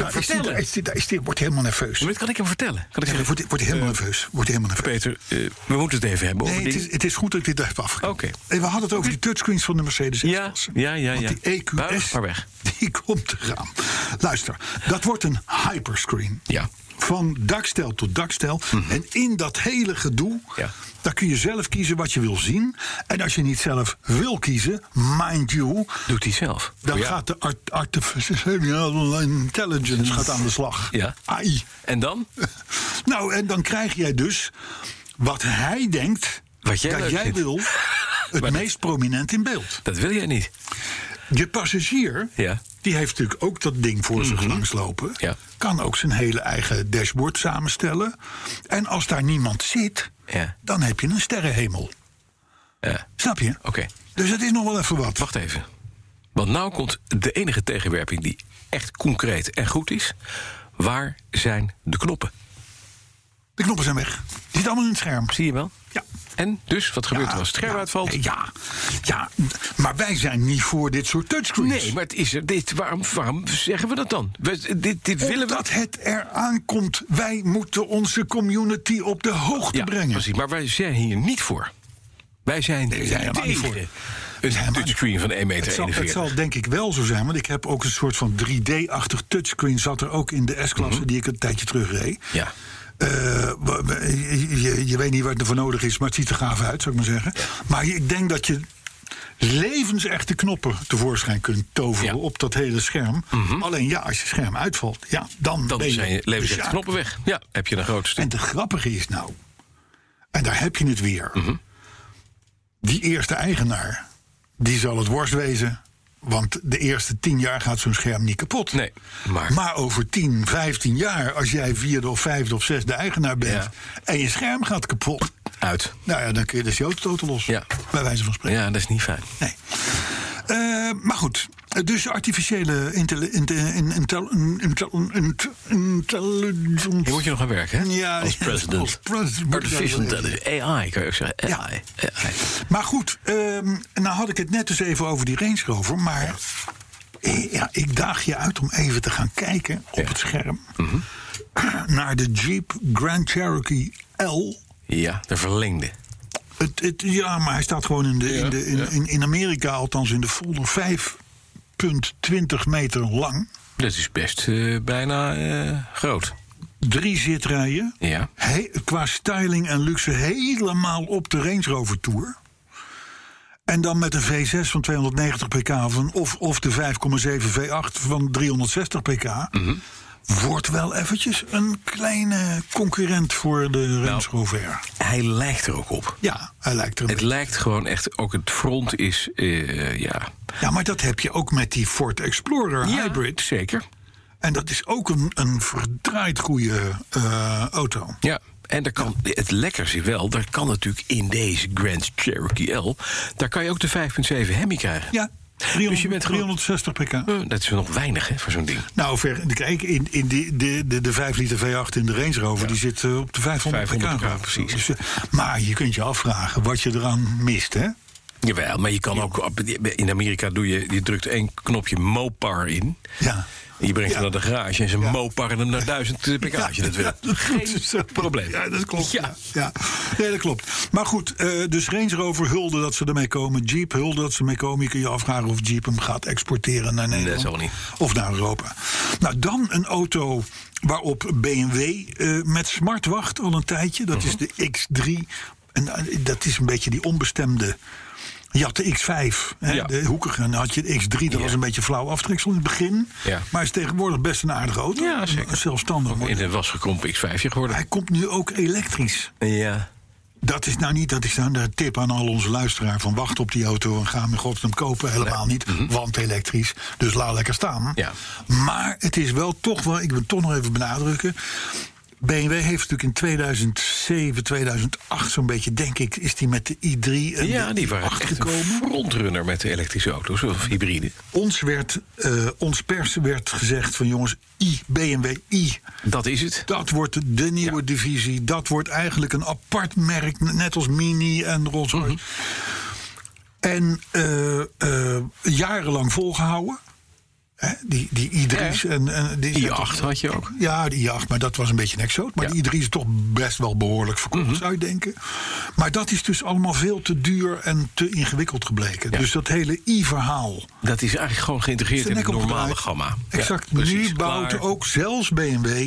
dat wordt helemaal nerveus. Maar dat kan ik hem vertellen. Wordt helemaal nerveus. Peter, we moeten het even hebben over het is goed dat ik dit heb afgekeken. Okay. We hadden het over die touchscreens van de Mercedes S-klasse. Ja. Die EQS, die komt eraan. Luister, dat wordt een hyperscreen. Ja. Van dakstijl tot dakstijl. Mm-hmm. En in dat hele gedoe, daar kun je zelf kiezen wat je wil zien. En als je niet zelf wil kiezen, mind you, doet hij zelf. Dan gaat de artificial intelligence gaat aan de slag. Ja. AI. En dan? Nou, en dan krijg jij dus wat hij denkt dat jij wil het meest prominent in beeld. Dat wil jij niet. Je passagier, die heeft natuurlijk ook dat ding voor zich langslopen. Ja. Kan ook zijn hele eigen dashboard samenstellen. En als daar niemand zit, dan heb je een sterrenhemel. Snap je? Oké. Dus het is nog wel even wat. Wacht even. Want nou komt de enige tegenwerping die echt concreet en goed is. Waar zijn de knoppen? De knoppen zijn weg. Die zitten allemaal in het scherm. Zie je wel? Ja. En dus, wat gebeurt er als het scherm uitvalt? Ja, maar wij zijn niet voor dit soort touchscreens. Nee, maar het is er. Waarom zeggen we dat dan? Dit willen we. Omdat het eraan komt. Wij moeten onze community op de hoogte brengen. Precies, maar wij zijn hier niet voor. Wij zijn helemaal niet voor. Een touchscreen van 1,41 meter. Het zal denk ik wel zo zijn, want ik heb ook een soort van 3D-achtig touchscreen. Zat er ook in de S-klasse die ik een tijdje terug reed. Ja. Je weet niet wat er voor nodig is, maar het ziet er gaaf uit, zou ik maar zeggen. Ja. Maar ik denk dat je levensechte knoppen tevoorschijn kunt toveren op dat hele scherm. Mm-hmm. Alleen als je scherm uitvalt, dan ben zijn je levensechte knoppen weg. Ja, heb je een groot stuk. En de grappige is nou, en daar heb je het weer. Mm-hmm. Die eerste eigenaar, die zal het worst wezen. Want de eerste 10 jaar gaat zo'n scherm niet kapot. Nee, maar over 10, 15 jaar, als jij 4e of 5e of 6e eigenaar bent en je scherm gaat kapot. Nou ja, dan kun je de auto los. Ja. Bij wijze van spreken. Ja, dat is niet fijn. Nee. Maar goed, dus artificiële intelligence. Hier moet je nog gaan werken, hè? Ja, als president. Artificial intelligence. AI, kan je ook zeggen. AI. Maar goed, nou had ik het net dus even over die Range Rover. Maar ik daag je uit om even te gaan kijken op het scherm. Mm-hmm. Naar de Jeep Grand Cherokee L. Ja, de verlengde. Maar hij staat gewoon in Amerika, althans in de folder, 5,20 meter lang. Dat is best bijna groot. 3 zitrijen. Ja. Qua styling en luxe helemaal op de Range Rover Tour. En dan met een V6 van 290 pk of de 5,7 V8 van 360 pk. Mm-hmm. Wordt wel eventjes een kleine concurrent voor de Range Rover. Hij lijkt er ook op. Ja, hij lijkt er. Het lijkt gewoon echt, ook het front is, Ja, maar dat heb je ook met die Ford Explorer Hybrid. Zeker. En dat is ook een verdraaid goede auto. Ja. En daar kan, het lekkerste wel, daar kan natuurlijk in deze Grand Cherokee L, daar kan je ook de 5,7 Hemi krijgen. Ja. 360 pk. Dat is nog weinig, hè, voor zo'n ding. Nou, kijk, in de 5 liter V8 in de Range Rover, die zit op de 500 pk. Precies. Dus, maar je kunt je afvragen wat je eraan mist, hè? Jawel, maar je kan ook... In Amerika je drukt 1 knopje Mopar in. Ja. En je brengt hem naar de garage en zijn Mopar hem naar 1000 pk als je dat wil. Geen probleem. Ja, dat klopt. Ja. Nee, dat klopt. Maar goed, dus Range Rover hulde dat ze ermee komen. Jeep hulde dat ze ermee komen. Je kunt je afvragen of Jeep hem gaat exporteren naar Nederland. Dat zal niet. Of naar Europa. Nou, dan een auto waarop BMW met smart wacht al een tijdje. Dat is de X3. En dat is een beetje die onbestemde... Je had de X5, de hoekige, en dan had je de X3. Dat was een beetje flauw aftreksel in het begin. Ja. Maar is tegenwoordig best een aardige auto. Ja, zeker. Een zelfstandig model. In de wasgekrompen X5 geworden. Hij komt nu ook elektrisch. Ja. Dat is nou niet, dat is nou de tip aan al onze luisteraars... van wacht op die auto en ga hem in godsnaam kopen. Helemaal niet, want elektrisch. Dus laat lekker staan. Ja. Maar het is wel toch wel, ik wil het toch nog even benadrukken... BMW heeft natuurlijk in 2007, 2008 zo'n beetje, denk ik... is die met de i3 en die waren echt een frontrunner met de elektrische auto's of hybride. Ons pers werd gezegd van jongens, BMW i. Dat is het. Dat wordt de nieuwe divisie. Dat wordt eigenlijk een apart merk, net als Mini en Rolls-Royce. En jarenlang volgehouden. Die i3's en die i8 had je ook. Ja, die i8, maar dat was een beetje een exoot. Maar die i3 is toch best wel behoorlijk verkocht, zou je denken. Maar dat is dus allemaal veel te duur en te ingewikkeld gebleken. Ja. Dus dat hele i-verhaal... Dat is eigenlijk gewoon geïntegreerd in het normale gamma. Exact. Ja, precies, nu bouwt ook zelfs BMW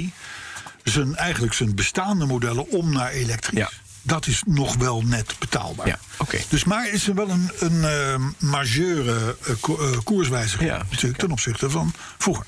zijn bestaande modellen om naar elektrisch. Ja. Dat is nog wel net betaalbaar. Ja, okay. Dus maar is er wel een majeure koerswijziging natuurlijk ten opzichte van vroeger.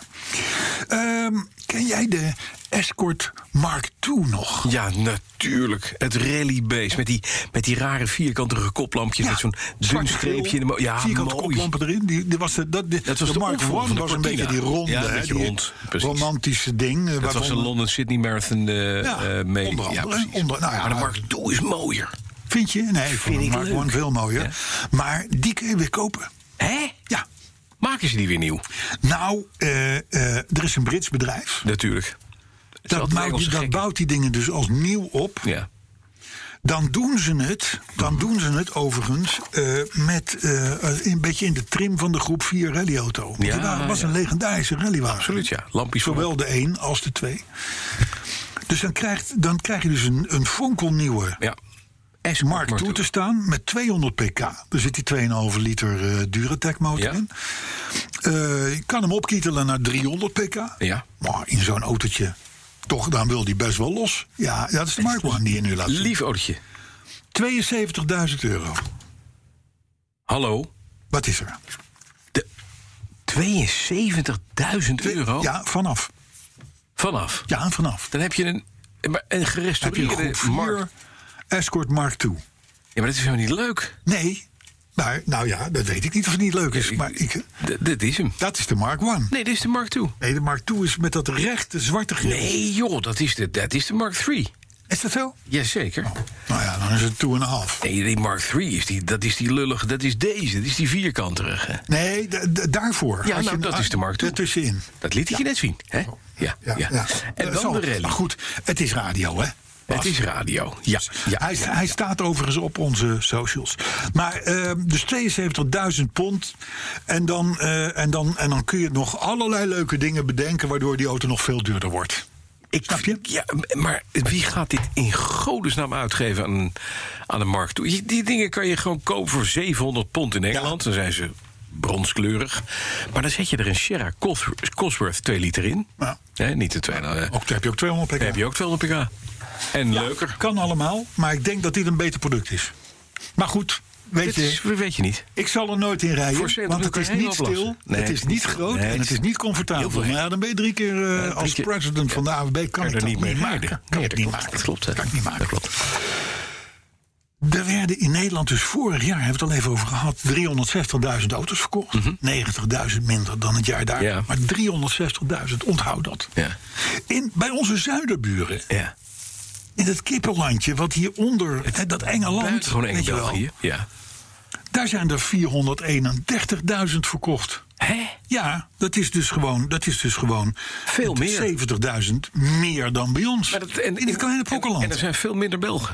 Ken jij de Escort Mark II nog? Ja, natuurlijk. Het rallybeest met die rare vierkantige koplampjes met zo'n dun streepje in de vierkante koplampen erin. Dat was de Mark I was een beetje die ronde, romantische ding. Dat was de London Sydney Marathon mee. Onder andere. Maar de Mark II is mooier. Vind je? Nee, ik vind de Mark I veel mooier. Ja. Maar die kun je weer kopen. Hè? Ja. Maken ze die weer nieuw? Nou, er is een Brits bedrijf. Natuurlijk. Dat bouwt die dingen dus als nieuw op. Ja. Dan doen ze het overigens met een beetje in de trim van de groep 4 rallyauto. Ja, dat was een legendarische rallywagen. Absoluut, ja. Lampjes zowel de 1 als de 2. Dus dan krijg je dus een fonkelnieuwe... Ja. Mark II te staan met 200 pk. Er zit die 2,5 liter Duratec motor in. Je kan hem opkietelen naar 300 pk. Ja. Maar in zo'n autootje, toch, dan wil die best wel los. Ja, dat is de Mark I die je nu laat zien. Lief autootje. €72.000. Hallo? Wat is er? €72.000? Ja, vanaf. Vanaf? Ja, vanaf. Dan heb je een gerestaureerde Escort Mark II. Ja, maar dat is helemaal niet leuk. Nee, maar nou ja, dat weet ik niet of het niet leuk is. Maar dat is hem. Dat is de Mark I. Nee, dit is de Mark II. Nee, de Mark II is met dat rechte zwarte grill. Nee joh, dat is de Mark III. Is dat zo? Jazeker. Oh. Nou ja, dan is het 2,5. Nee, die Mark III dat is die lullige, dat is deze, dat is die vierkanterige. Nee, daarvoor. Ja, nou, dat is de Mark II. Ertussenin. Dat liet ik je net zien, hè? Ja. En dan de rally. Maar goed, het is radio, hè? Het is radio, ja. Hij staat overigens op onze socials. Maar dus £72.000. En dan kun je nog allerlei leuke dingen bedenken... waardoor die auto nog veel duurder wordt. Snap je? Ja, maar wie gaat dit in godesnaam uitgeven aan een Mark II? Die dingen kan je gewoon kopen voor £700 in Engeland. Dan zijn ze bronskleurig. Maar dan zet je er een Sierra Cosworth 2 liter in. Ja. Niet de 2. Daar heb je ook 200 pk. Daar heb je ook 200 pk. En leuker. Kan allemaal, maar ik denk dat dit een beter product is. Maar goed, weet je niet. Ik zal er nooit in rijden, want het is niet stil, het is niet groot en het is niet comfortabel. Maar ja, dan ben je 3 keer als president van de AWB kan ik dat niet meer maken. Dat klopt. Dat kan ik niet maken. Dat klopt. Er werden in Nederland dus vorig jaar, hebben we het al even over gehad... 360.000 auto's verkocht. 90.000 minder dan het jaar daar. Ja. Maar 360.000, onthoud dat. Ja. Bij onze zuiderburen... Ja. In het kippenlandje, wat hieronder, dat enge land... Gewoon eng België, ja. Daar zijn er 431.000 verkocht. Hè? Ja, dat is dus gewoon veel meer. 70.000 meer dan bij ons. Maar in het kleine Pokkenland. En er zijn veel minder Belgen.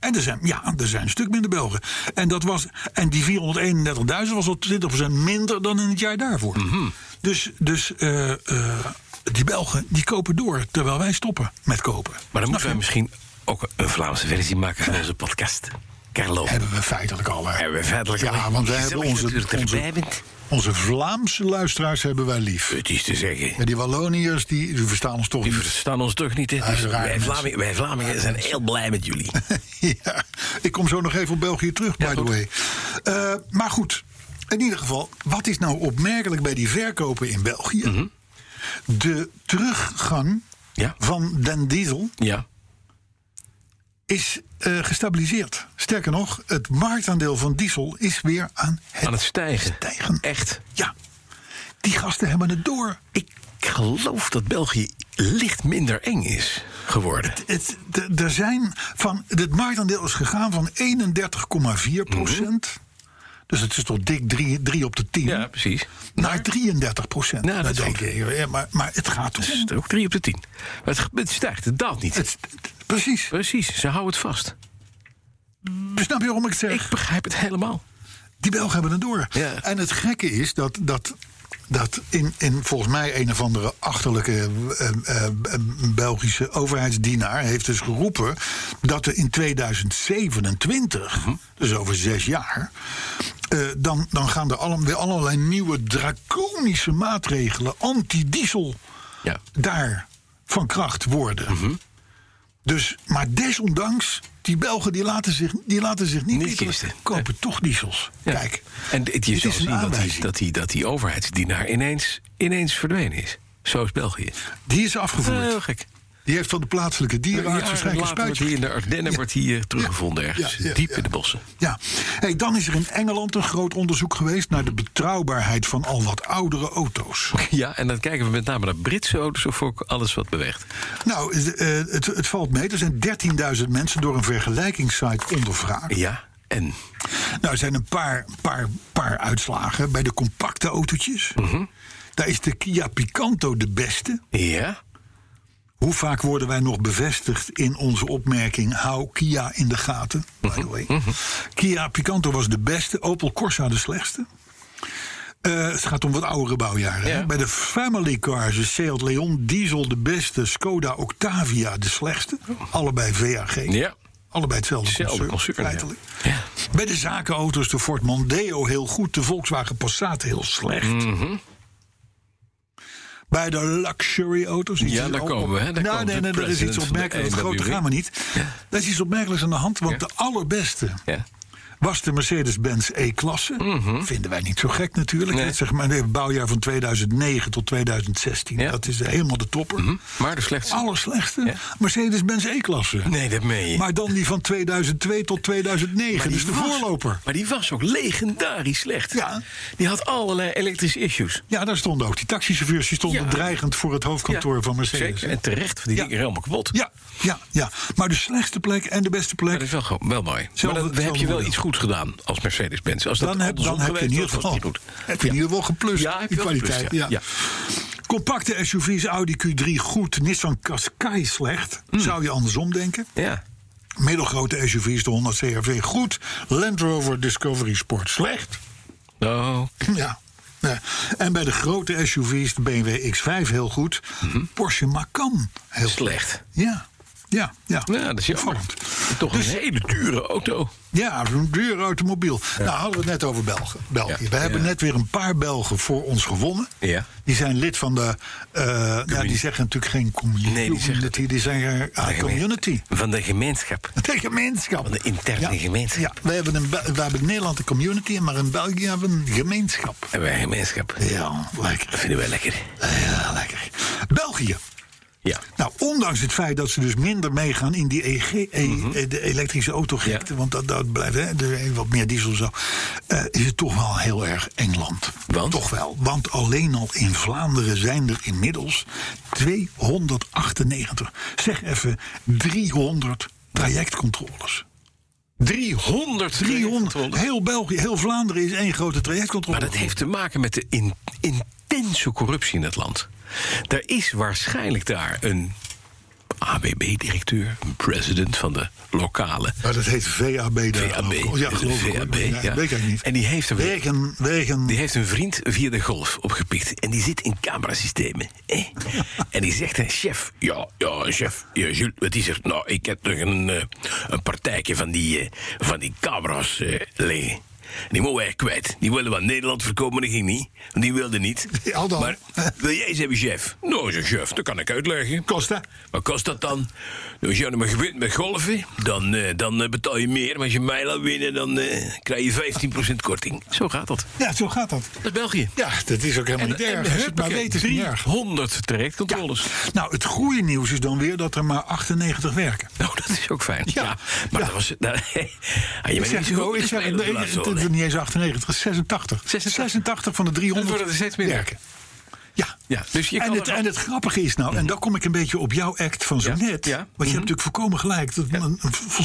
En er zijn een stuk minder Belgen. En die 431.000 was al 20% minder dan in het jaar daarvoor. Mm-hmm. Dus die Belgen die kopen door, terwijl wij stoppen met kopen. Maar dan moeten wij misschien ook een Vlaamse versie maken van onze podcast. Carlo. Hebben we feitelijk al. Ja, want wij hebben onze Vlaamse luisteraars hebben wij lief. Het is te zeggen. Ja, die Walloniërs, die verstaan ons toch niet. Die verstaan ons toch niet. Dus wij Vlamingen zijn heel blij met jullie. Ja, ik kom zo nog even op België terug, by the way. Maar goed, in ieder geval, wat is nou opmerkelijk bij die verkopen in België? Mm-hmm. De teruggang van den diesel is gestabiliseerd. Sterker nog, het marktaandeel van diesel is weer aan het stijgen. Echt? Ja. Die gasten hebben het door. Ik geloof dat België licht minder eng is geworden. Het marktaandeel is gegaan van 31,4%. Mm-hmm. Dus het is toch dik 3 op de 10. Ja, precies. Naar 33%. Nou, dat denk ik. Maar het gaat om. Het is ook 3 op de 10. Het stijgt, het daalt niet. Precies. Ze houden het vast. Snap je waarom ik het zeg? Ik begrijp het helemaal. Die Belgen hebben het door. Ja. En het gekke is dat in volgens mij een of andere achterlijke Belgische overheidsdienaar heeft dus geroepen dat er in 2027, dus over 6 jaar, dan gaan er weer allerlei nieuwe draconische maatregelen anti-diesel daar van kracht worden. Mm-hmm. Dus, maar desondanks, die Belgen die laten zich niet kisten. Kopen toch diesels. Ja. Kijk, en je zal zien dat die overheidsdienaar ineens verdwenen is. Zo is België. Die is afgevoerd. Heel gek. Die heeft van de plaatselijke dierenarts waarschijnlijk een spuitje. In de Ardennen wordt hij teruggevonden ergens. Diep in de bossen. Ja. Hey, dan is er in Engeland een groot onderzoek geweest naar de betrouwbaarheid van al wat oudere auto's. Ja, en dan kijken we met name naar Britse auto's of ook alles wat beweegt. Nou, het valt mee. Er zijn 13.000 mensen door een vergelijkingssite ondervraagd. Ja, en? Nou, er zijn een paar uitslagen bij de compacte autootjes. Mm-hmm. Daar is de Kia Picanto de beste. Ja. Hoe vaak worden wij nog bevestigd in onze opmerking, hou Kia in de gaten, by the way. Mm-hmm. Kia Picanto was de beste, Opel Corsa de slechtste. Het gaat om wat oudere bouwjaren. Ja. Bij de family cars is Seat Leon diesel de beste, Skoda Octavia de slechtste. Allebei VAG. Ja. Allebei hetzelfde concern feitelijk. Ja. Bij de zakenauto's de Ford Mondeo heel goed, de Volkswagen Passat heel slecht. Mm-hmm. Bij de luxury auto's. Ja, daar komen we. Nee, er is iets opmerkelijks. Het grote gaan we niet. Ja. Er is iets opmerkelijks aan de hand. Want de allerbeste was de Mercedes-Benz E-klasse. Mm-hmm. Vinden wij niet zo gek natuurlijk. Nee. Zeg maar het bouwjaar van 2009 tot 2016. Ja. Dat is helemaal de topper. Mm-hmm. Maar de slechtste? Allerslechtste. Mercedes-Benz E-klasse. Nee, dat meen je. Maar dan die van 2002 tot 2009. Dus de voorloper. Maar die was ook legendarisch slecht. Ja. Die had allerlei elektrische issues. Ja, daar stonden ook die taxichauffeurs. Die stonden dreigend voor het hoofdkantoor van Mercedes. Zeker. En terecht, van die dingen helemaal kapot. Ja. Maar de slechtste plek en de beste plek. Dat is wel mooi. Maar dan heb je wel iets goed gedaan als Mercedes-Benz. Als dan heb je in ieder geval geplust. Ja, heb die je kwaliteit. Ja. Compacte SUV's, Audi Q3 goed, Nissan Qashqai slecht. Zou je andersom denken? Ja. Middelgrote SUV's, de Honda CR-V goed. Land Rover Discovery Sport slecht. Oh. Ja. En bij de grote SUV's, de BMW X5 heel goed. Mm-hmm. Porsche Macan heel slecht. Ja, dat is opvallend. Toch een hele dure auto. Ja, een dure automobiel. Ja. Nou, hadden we het net over België. Ja. We hebben net weer een paar Belgen voor ons gewonnen. Ja. Die zijn lid van de... die zeggen natuurlijk geen community. Nee, die zeggen community. Van de gemeenschap. De gemeenschap. Van de interne gemeenschap. Ja, we hebben in Nederland een community, maar in België hebben we een gemeenschap. En wij gemeenschap. Ja, lekker. Dat vinden wij lekker. Ja, lekker. België. Ja. Nou, ondanks het feit dat ze dus minder meegaan in die de elektrische autogekte, want dat blijft er wat meer diesel zo, is het toch wel heel erg Engeland. Want? Toch wel. Want alleen al in Vlaanderen zijn er inmiddels 298, zeg even 300 trajectcontroles. 300. Heel België, heel Vlaanderen is één grote trajectcontrole. Maar dat heeft te maken met de intense corruptie in het land. Er is waarschijnlijk daar een AWB-directeur, president van de lokale. Maar dat heet VAB. VAB. Ja, geloof ik. VAB, ja. Weet ik niet. En die heeft Wegen. Die heeft een vriend via de golf opgepikt. En die zit in camerasystemen. En die zegt, chef, chef, Jules, wat is er? Nou, ik heb nog een partijtje van die camera's liggen. Die moeten wij kwijt. Die willen we aan Nederland verkopen, maar dat ging niet. Want die wilde niet. Ja, dan. Maar wil jij eens hebben, chef? Nou, zeg chef, dat kan ik uitleggen. Kost dat? Wat kost dat dan? Nou, als je nou maar gewint met golven, dan betaal je meer. Maar als je mij laat winnen, dan krijg je 15% korting. Zo gaat dat. Ja, zo gaat dat. Dat is België. Ja, dat is ook helemaal niet erg. Als je het maar weet, is het niet erg. 100 trajectcontroles. Ja. Nou, het goede nieuws is dan weer dat er maar 98 werken. Nou, dat is ook fijn. Ja. Maar dat was... Het is niet eens 98, het is 86. 86 van de 300 worden er steeds meer werken. Ja. Dus je en het grappige is nou, en dan kom ik een beetje op jouw act van zo net. Ja. Want je hebt natuurlijk volkomen gelijk. Dat een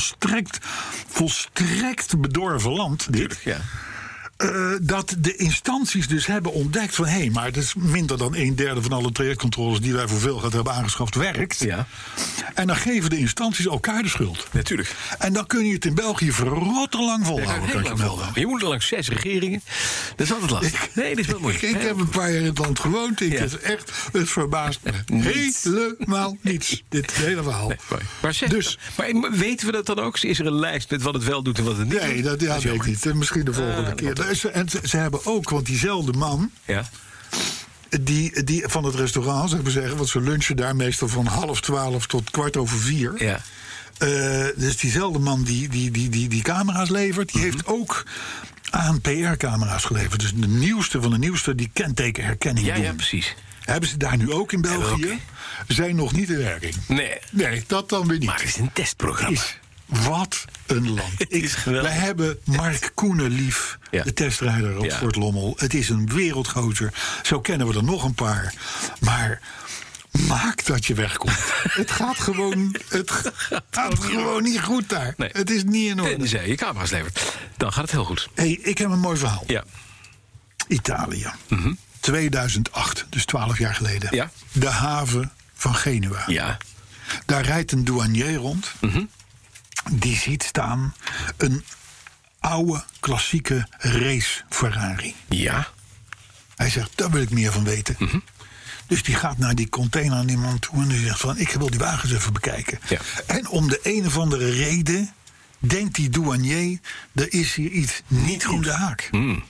volstrekt bedorven land. Tuurlijk, ja. Dat de instanties dus hebben ontdekt van... maar het is minder dan 1/3 van alle trajectcontroles... die wij voor veel geld hebben aangeschaft, werkt. Ja. En dan geven de instanties elkaar de schuld. Natuurlijk. En dan kun je het in België verrotterlang volhouden, kan je melden. Je moet er langs 6 regeringen. Dat is altijd lastig. Nee, dat is wel moeilijk. Ik heb een paar jaar in het land gewoond. Het verbaast me. Helemaal niets. Dit hele verhaal. Nee, maar weten we dat dan ook? Is er een lijst met wat het wel doet en wat het niet doet? Nee, dat weet ik niet. Misschien de volgende keer. En ze hebben ook, want diezelfde man... Ja. Die van het restaurant, zou ik maar zeggen... want ze lunchen daar meestal van 11:30 tot 4:15. Ja. Dus diezelfde man die camera's levert... die heeft ook aan PR-camera's geleverd. Dus de nieuwste van de nieuwste die kentekenherkenning doen. Ja, precies. Hebben ze daar nu ook in België? Zijn nog niet in werking. Nee, dat dan weer niet. Maar het is een testprogramma. Wat een land. Wij hebben Mark Koenen lief, de testrijder op Fort Lommel. Het is een wereldgozer. Zo kennen we er nog een paar. Maar maak dat je wegkomt. Het gaat gewoon niet goed daar. Nee. Het is niet in orde. Tenzij je camera's levert. Dan gaat het heel goed. Ik heb een mooi verhaal. Ja. Italië. 2008, dus 12 jaar geleden. Ja. De haven van Genua. Ja. Daar rijdt een douanier rond... Die ziet staan een oude, klassieke race Ferrari. Ja. Hij zegt, daar wil ik meer van weten. Dus die gaat naar die container aan die man toe... en die zegt van, ik wil die wagens even bekijken. Ja. En om de een of andere reden... denkt die douanier, er is hier iets niet in de haak.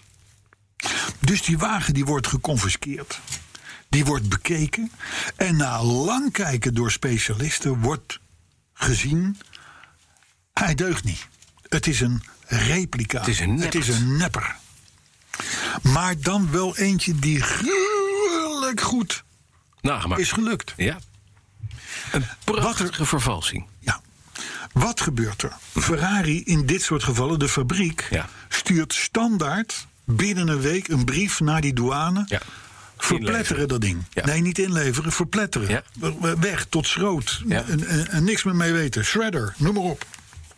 Dus die wagen die wordt geconfiskeerd. Die wordt bekeken. En na lang kijken door specialisten... wordt gezien... Hij deugt niet. Het is een replica. Het is een nepper. Maar dan wel eentje die gruwelijk goed is gelukt. Ja. Een prachtige vervalsing. Ja. Wat gebeurt er? Ferrari in dit soort gevallen, de fabriek... stuurt standaard binnen een week een brief naar die douane... Ja. Verpletteren dat ding. Ja. Nee, niet inleveren, verpletteren. Ja. Weg, tot schroot. Ja. En niks meer mee weten. Shredder, noem maar op.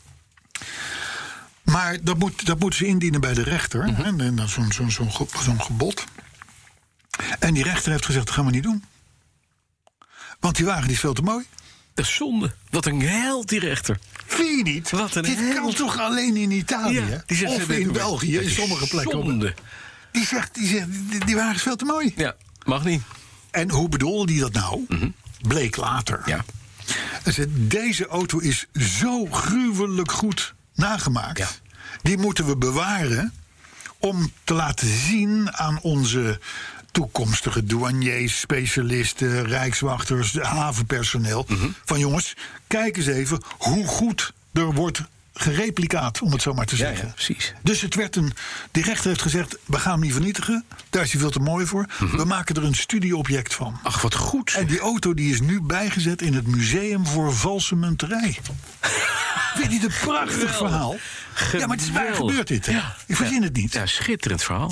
Maar dat moeten ze indienen bij de rechter. En dan zo'n gebod. En die rechter heeft gezegd, dat gaan we niet doen. Want die wagen die is veel te mooi. Dat is zonde. Wat een held, die rechter. Vind je niet? Dit kan toch alleen in Italië? Ja, of in België, in sommige plekken. Zonde. Die zegt, die wagen is veel te mooi. Ja, mag niet. En hoe bedoelde die dat nou? Bleek later. Ja. Deze auto is zo gruwelijk goed nagemaakt. Ja. Die moeten we bewaren om te laten zien aan onze toekomstige douaniers, specialisten, rijkswachters, havenpersoneel. Van jongens, kijk eens even hoe goed er wordt gereplicaat, om het zo maar te zeggen. Ja, precies. Dus die rechter heeft gezegd, we gaan hem niet vernietigen. Daar is hij veel te mooi voor. We maken er een studieobject van. Ach, wat goed. En die auto die is nu bijgezet in het Museum voor Valsemunterij. Vind je het een prachtig verhaal? Ja, maar het is waar gebeurt dit. Hè? Ik verzin het niet. Ja, schitterend verhaal. Ja.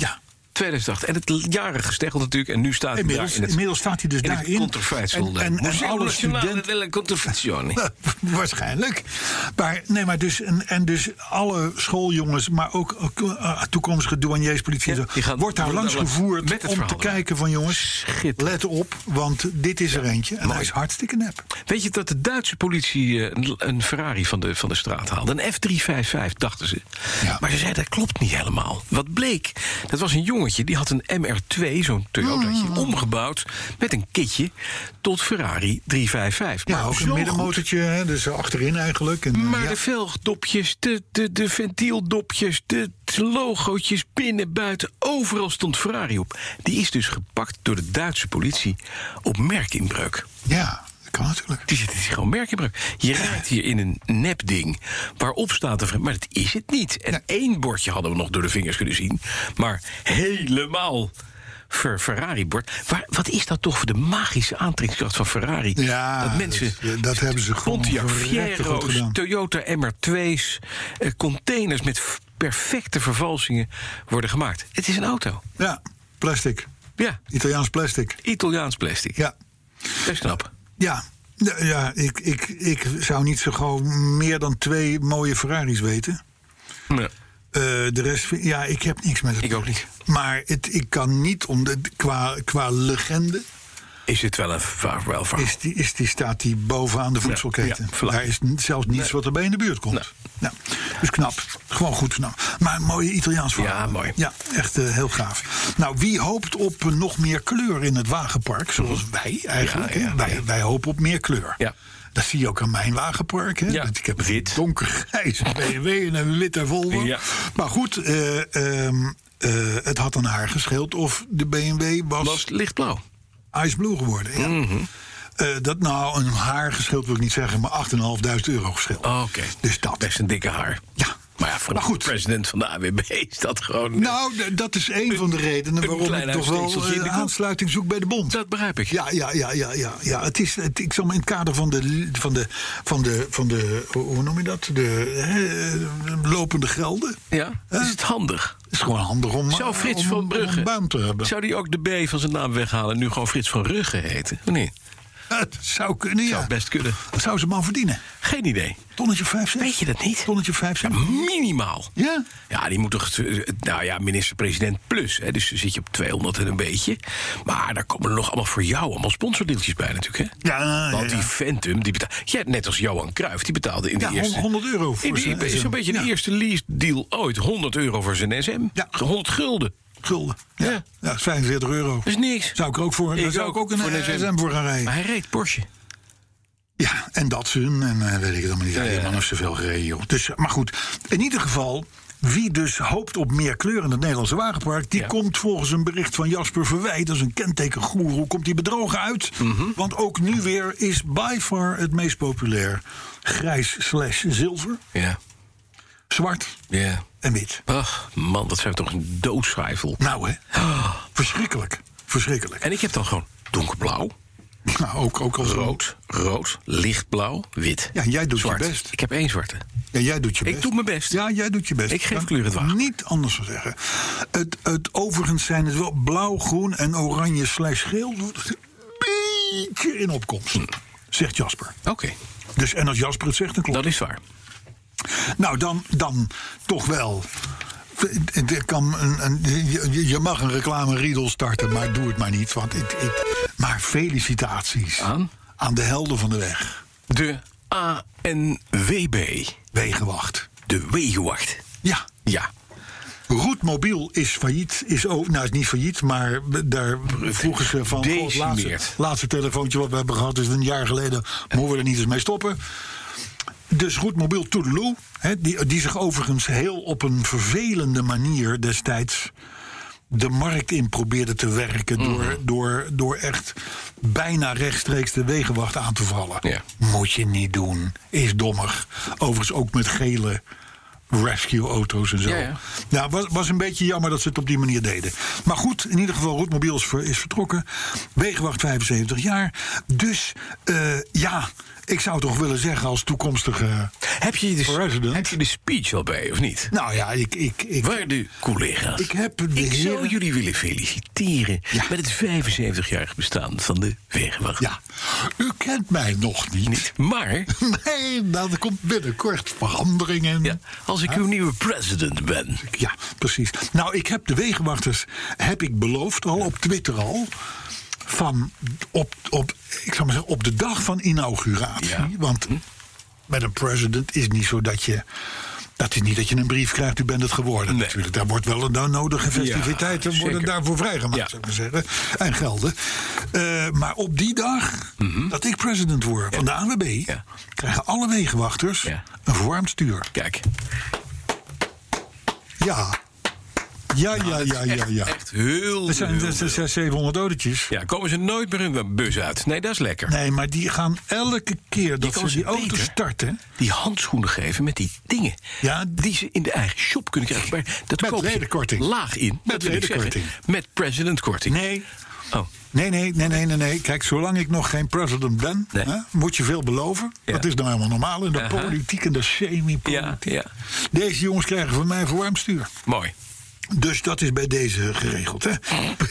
2008. En het jaren gesteggeld natuurlijk. En nu staat hij daar inmiddels staat hij dus in daarin. Het controversial. En alle studenten... Waarschijnlijk. Maar dus alle schooljongens, maar ook toekomstige douaniers, politie, wordt daar langs gevoerd om te kijken van jongens, let op, want dit is er eentje. En hij is hartstikke nep. Weet je dat de Duitse politie een Ferrari van de straat haalde? Een F355, dachten ze. Ja. Maar ze zeiden, dat klopt niet helemaal. Wat bleek? Dat was een jongetje, die had een MR2, zo'n Toyotaatje, omgebouwd met een kitje tot Ferrari 355. Ja, ook een middenmotortje, dus achterin eigenlijk. En, maar de velgdopjes, de ventieldopjes, de logootjes binnen, buiten, overal stond Ferrari op. Die is dus gepakt door de Duitse politie op merkinbreuk. Ja, dat kan natuurlijk. Die zit gewoon merkinbreuk. Je rijdt hier in een nepding waarop staat maar dat is het niet. En één bordje hadden we nog door de vingers kunnen zien. Maar helemaal Ferrari-bord. Wat is dat toch voor de magische aantrekkingskracht van Ferrari? Ja, dat mensen dat hebben ze gewoon Pontiac Fiero's, Toyota MR2's, containers met perfecte vervalsingen worden gemaakt. Het is een auto. Ja, plastic. Ja. Italiaans plastic. Ja. Best knap. Ja. Ja, ik zou niet zo gewoon meer dan 2 mooie Ferraris weten. Nee. De rest, ja, ik heb niks met het. Ik ook niet. Maar ik kan niet qua legende. Is het wel een verhaal? Staat die bovenaan de voedselketen. Ja, daar is zelfs niets wat erbij in de buurt komt. Nee. Nou, dus knap. Gewoon goed knap. Maar een mooie Italiaans verhaal. Ja, mooi. Ja, echt heel gaaf. Nou, wie hoopt op nog meer kleur in het wagenpark? Zoals wij eigenlijk. Ja, wij hopen op meer kleur. Ja. Dat zie je ook aan mijn wagenpark. Hè? Ja, ik heb een wit. donkergrijze BMW en een witte Volvo. Ja. Maar goed, het had aan haar gescheeld of de BMW was lichtblauw. Ice Blue geworden, ja. Mm-hmm. Dat nou een haar geschild wil ik niet zeggen, maar €8.500 geschild. Oh, oké. Dus dat. Best een dikke haar. Ja. Maar ja, voor de president van de AWB is dat gewoon... Nou, dat is een van de redenen waarom ik toch wel aansluiting zoek bij de bond. Dat begrijp ik. Ja. Het is, ik zal maar in het kader van de hoe noem je dat? De lopende gelden. Ja, is het handig? Het is gewoon handig om zou Frits van Brugge een baan te hebben. Zou die ook de B van zijn naam weghalen en nu gewoon Frits van Rugge heten? Of niet? Het zou kunnen, ja. Zou best kunnen. Wat zou ze man verdienen? Geen idee. Tonnetje 5, 6? Weet je dat niet? Tonnetje 5, 6? Ja, minimaal. Ja? Ja, die moet toch... Nou ja, minister-president plus. Hè, dus zit je op 200 en een beetje. Maar daar komen er nog allemaal voor jou allemaal sponsordeeltjes bij natuurlijk, hè? Ja, want die Phantom, die betaalt... Ja, net als Johan Cruijff, die betaalde in de eerste... €100 voor zijn SM. Zo'n beetje de eerste lease deal ooit. €100 voor zijn SM. Ja. 100 gulden. Ja, €45. Dat is niks. Zou ik ook voor. Daar zou ik ook een SM voor gaan rijden. Maar hij reed Porsche. Ja, en Datsun en weet ik het allemaal niet. Ja. Man heeft zoveel gereden, joh. Dus, maar goed, in ieder geval, wie dus hoopt op meer kleur in het Nederlandse wagenpark, die komt volgens een bericht van Jasper Verwij, dat is een kentekengoeroe, komt die bedrogen uit. Mm-hmm. Want ook nu weer is by far het meest populair grijs/zilver. Ja. Zwart. Ja. En wit. Ach, man, dat zijn toch een doodschuifel. Nou, hè. Oh. Verschrikkelijk. En ik heb dan gewoon donkerblauw. Nou, ook al rood, lichtblauw, wit. Ja, jij doet zwart. je best. Ik heb 1 zwarte. Ja, jij doet je best. Ik doe mijn best. Ja, jij doet je best. Ik geef kleur het wagen. Niet anders te zeggen. Overigens zijn het wel blauw, groen en oranje/geel. Een beetje in opkomst, zegt Jasper. Oké. Dus, en als Jasper het zegt, dan klopt. Dat is waar. Nou, dan toch wel. Je mag een reclame-riedel starten, maar doe het maar niet. Want maar felicitaties aan de helden van de weg. De ANWB. Wegenwacht. De Wegenwacht. Ja. Roetmobiel is failliet. Is niet failliet, maar daar vroegen ze van... Het laatste telefoontje wat we hebben gehad is een jaar geleden. Moeten we er niet eens mee stoppen? Dus Roetmobiel Toedeloe, die zich overigens heel op een vervelende manier destijds de markt in probeerde te werken door echt bijna rechtstreeks de Wegenwacht aan te vallen. Ja. Moet je niet doen, is dommig. Overigens ook met gele rescue-auto's en zo. Ja, was een beetje jammer dat ze het op die manier deden. Maar goed, in ieder geval, Roetmobiel is vertrokken. Wegenwacht 75 jaar. Dus ik zou toch willen zeggen als toekomstige president. Heb je de speech al bij, of niet? Nou ja, Waarde collega's, ik zou jullie willen feliciteren met het 75-jarig bestaan van de Wegenwacht. Ja, u kent mij nog niet. Maar? Nee, er komt binnenkort veranderingen. Ja, als ik uw nieuwe president ben. Ja, precies. Nou, ik heb de Wegenwachters, beloofd al op Twitter al, van ik zou maar zeggen, op de dag van inauguratie. Ja. Want met een president is niet zo dat je... Dat is niet dat je een brief krijgt, u bent het geworden. Nee. Natuurlijk, daar wordt wel de nodige festiviteiten worden daarvoor vrijgemaakt, zou ik maar zeggen. En gelden. Maar op die dag dat ik president word van de ANWB... krijgen alle wegenwachters een verwarmd stuur. Kijk. Ja. Ja. Echt heel. Er zijn 700 autootjes. Ja, komen ze nooit meer in een bus uit. Nee, dat is lekker. Nee, maar die gaan elke keer dat ze die auto starten... die handschoenen geven met die dingen. Ja, die ze in de eigen shop kunnen krijgen. Maar dat met redenkorting. Laag in. Met redenkorting. Met presidentkorting. Nee. Oh. Nee. Kijk, zolang ik nog geen president ben, moet je veel beloven. Ja. Dat is nou helemaal normaal in de politiek en de semi-politiek. Ja. Deze jongens krijgen van mij een verwarmd stuur. Mooi. Dus dat is bij deze geregeld, hè?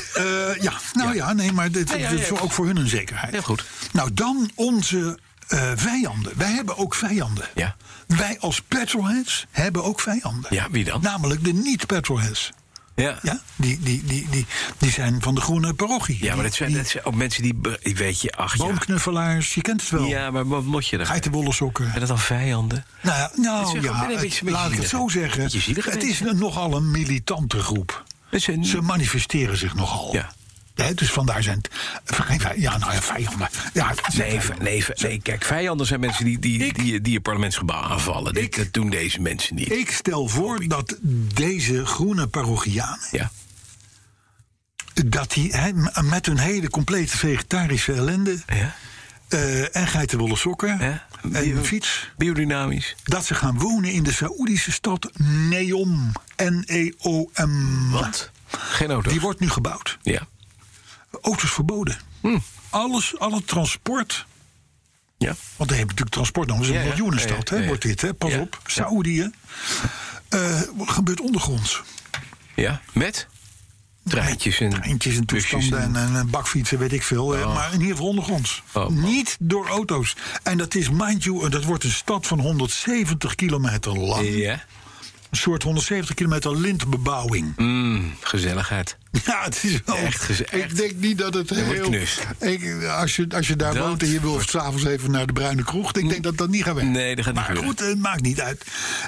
Maar dit is ook voor hun een zekerheid. Heel goed. Nou, dan onze vijanden. Wij hebben ook vijanden. Ja. Wij als petrolheads hebben ook vijanden. Ja, wie dan? Namelijk de niet-petrolheads. Ja. Die zijn van de groene parochie. Ja, maar dat zijn ook mensen die weet je, boomknuffelaars, je kent het wel. Ja, maar wat moet je dan? Geitenwolle sokken. En dat dan vijanden? Laat ik het zo zeggen. Het is nogal een militante groep. Ze manifesteren zich nogal. Ja. Ja, dus vandaar zijn vijanden. Ja, nee, kijk, vijanden zijn mensen die je parlementsgebouw aanvallen. Dat doen deze mensen niet. Ik stel voor dat deze groene parochianen... Ja. Dat die met hun hele complete vegetarische ellende... Ja. En geitenwolle sokken en een fiets... Biodynamisch. Dat ze gaan wonen in de Saoedische stad Neom. Neom. Wat? Geen auto. Die wordt nu gebouwd. Ja. Auto's verboden. Alle transport. Ja. Want dan heb je natuurlijk transport nog. Dat is een miljoenenstad, wordt dit. Hè? Pas op, Saoedië. Gebeurt ondergronds. Ja, met? Treintjes en toestanden en bakfietsen, weet ik veel. Maar in ieder geval ondergronds. Niet door auto's. En dat is, mind you, dat wordt een stad van 170 kilometer lang. Ja. Een soort 170 kilometer lintbebouwing. Gezelligheid. Ja, het is wel... Echt gezellig. Ik denk niet dat het heel... Als je daar woont en je wil s'avonds even naar de Bruine Kroeg... ik denk dat dat niet gaat werken. Nee, dat gaat niet gebeuren. Maar goed, het maakt niet uit.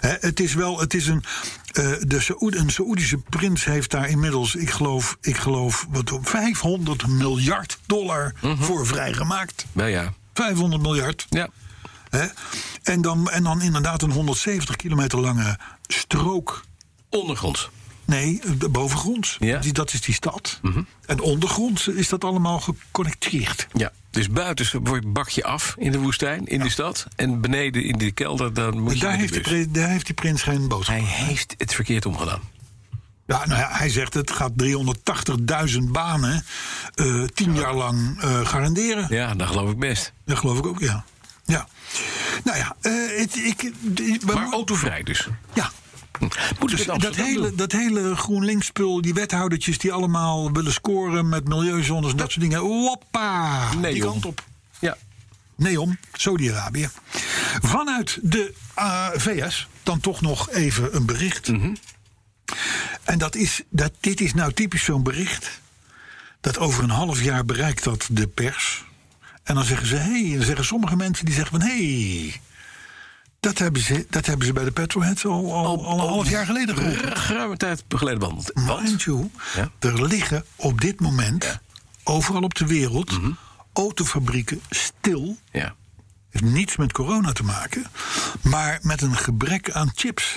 Een Saoedische prins heeft daar inmiddels... ik geloof $500 miljard voor vrijgemaakt. Ja. 500 miljard. Ja. En dan inderdaad een 170 kilometer lange strook. Ondergronds? Nee, bovengronds. Ja. Dat is die stad. En ondergronds is dat allemaal geconnecteerd. Ja, dus buiten bak je af in de woestijn, in de stad. En beneden in de kelder, dan moet daar heeft die prins geen boodschap. Hij heeft het verkeerd omgedaan. Ja, hij zegt het gaat 380.000 banen 10 jaar lang garanderen. Ja, dat geloof ik best. Dat geloof ik ook, ja. Ja. Nou ja, maar autovrij dus? Ja. Dus dat hele GroenLinks-spul, die wethoudertjes die allemaal willen scoren met milieuzones en dat soort dingen. Hoppa! Die kant op. Ja. Neom, Saudi-Arabië. Vanuit de VS dan toch nog even een bericht. En dit is nou typisch zo'n bericht. Dat over een half jaar bereikt dat de pers. En dan zeggen ze, dan zeggen sommige mensen die zeggen van dat hebben ze bij de petrolheads al een half jaar geleden gehoord. Ruime tijd geleden behandeld. Mind you, er liggen op dit moment overal op de wereld autofabrieken stil. Ja. Heeft niets met corona te maken, maar met een gebrek aan chips.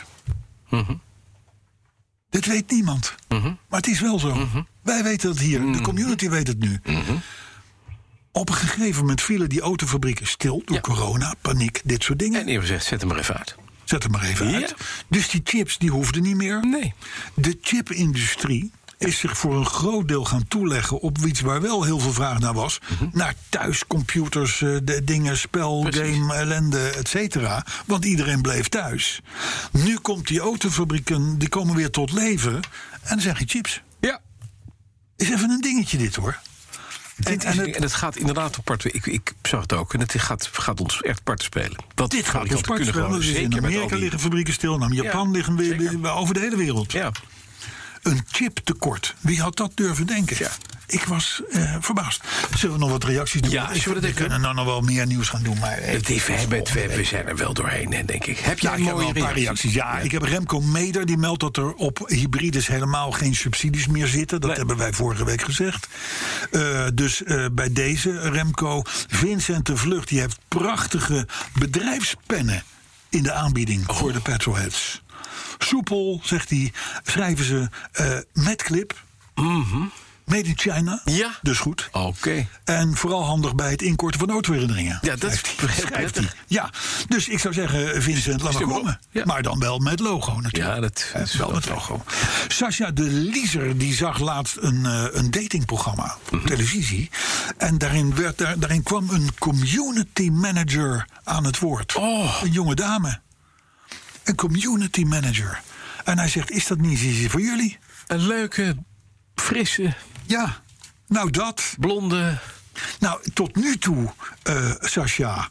Dit weet niemand. Maar het is wel zo. Wij weten het hier, de community weet het nu. Op een gegeven moment vielen die autofabrieken stil door corona, paniek, dit soort dingen. En eerlijk gezegd, zet hem maar even uit. Zet hem maar even uit. Dus die chips, die hoefden niet meer. Nee. De chipindustrie is zich voor een groot deel gaan toeleggen op iets waar wel heel veel vraag naar was. Naar thuiscomputers, de dingen, spel, game, ellende, et cetera. Want iedereen bleef thuis. Nu komt die autofabrieken, die komen weer tot leven. En dan zeg je chips. Ja. Is even een dingetje dit, hoor. En het gaat inderdaad op parten. Ik zag het ook. En het gaat ons echt parten spelen. Dit gaat ons parten spelen. Dus in Amerika liggen fabrieken stil. In Japan liggen we over de hele wereld. Ja. Een chiptekort. Wie had dat durven denken? Ja. Ik was verbaasd. Zullen we nog wat reacties doen? Ja, we kunnen nou nog wel meer nieuws gaan doen. Maar we zijn er wel doorheen, denk ik. Heb jij een paar reacties? Ja, ik heb Remco Meder. Die meldt dat er op hybrides helemaal geen subsidies meer zitten. Dat hebben wij vorige week gezegd. Dus bij deze, Remco. Vincent de Vlucht, die heeft prachtige bedrijfspennen in de aanbieding voor de petrolheads. Soepel, zegt hij, schrijven ze met clip. Made in China. Ja. Dus goed. Oké. En vooral handig bij het inkorten van autoherinneringen. Ja, dat schrijft hij. Ja, dus ik zou zeggen, Vincent, laat maar komen. Ja. Maar dan wel met logo natuurlijk. Ja, dat is wel met logo. Sascha de Lieser, die zag laatst een datingprogramma op televisie. En daarin kwam een community manager aan het woord. Een jonge dame. Een community manager. En hij zegt, is dat niet iets voor jullie? Een leuke, frisse... Ja, nou dat. Blonde. Nou, tot nu toe, Sascha,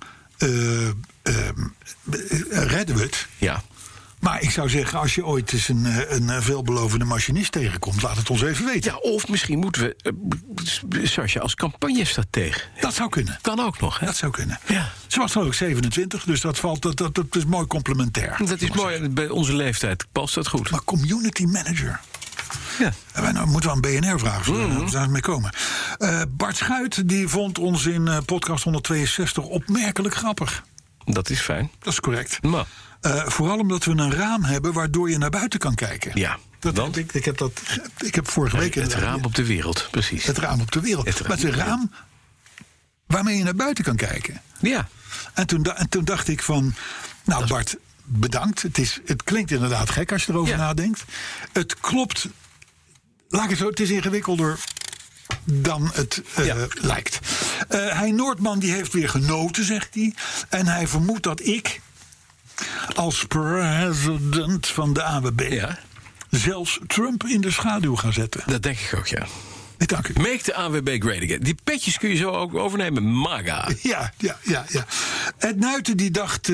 redden we het. Ja. Maar ik zou zeggen, als je ooit eens een veelbelovende machinist tegenkomt, laat het ons even weten. Ja, of misschien moeten we Sascha als campagnestratege. Dat zou kunnen. Kan ook nog, hè? Dat zou kunnen. Ja. Ze was geloof ik 27, dus dat is mooi complementair. Dat is mooi, zeggen. Bij onze leeftijd past dat goed. Maar community manager. Ja. Nou moeten we aan BNR vragen of we daar mee komen. Bart Schuit die vond ons in podcast 162 opmerkelijk grappig. Dat is fijn. Dat is correct. Maar. Vooral omdat we een raam hebben waardoor je naar buiten kan kijken. Ja. Ik heb vorige week... Het raam op de wereld, precies. Het raam op de wereld. Maar het is een raam waarmee je naar buiten kan kijken. Ja. En toen dacht ik van... Nou Bart, bedankt. Het klinkt inderdaad gek als je erover nadenkt. Het klopt... Laat ik het zo, het is ingewikkelder dan het lijkt. Hein Noordman die heeft weer genoten, zegt hij. En hij vermoedt dat ik, als president van de ANWB... zelfs Trump in de schaduw ga zetten. Dat denk ik ook, ja. Dank u. Make the ANWB great again. Die petjes kun je zo ook overnemen. MAGA. Ja. Ed Nuiten die dacht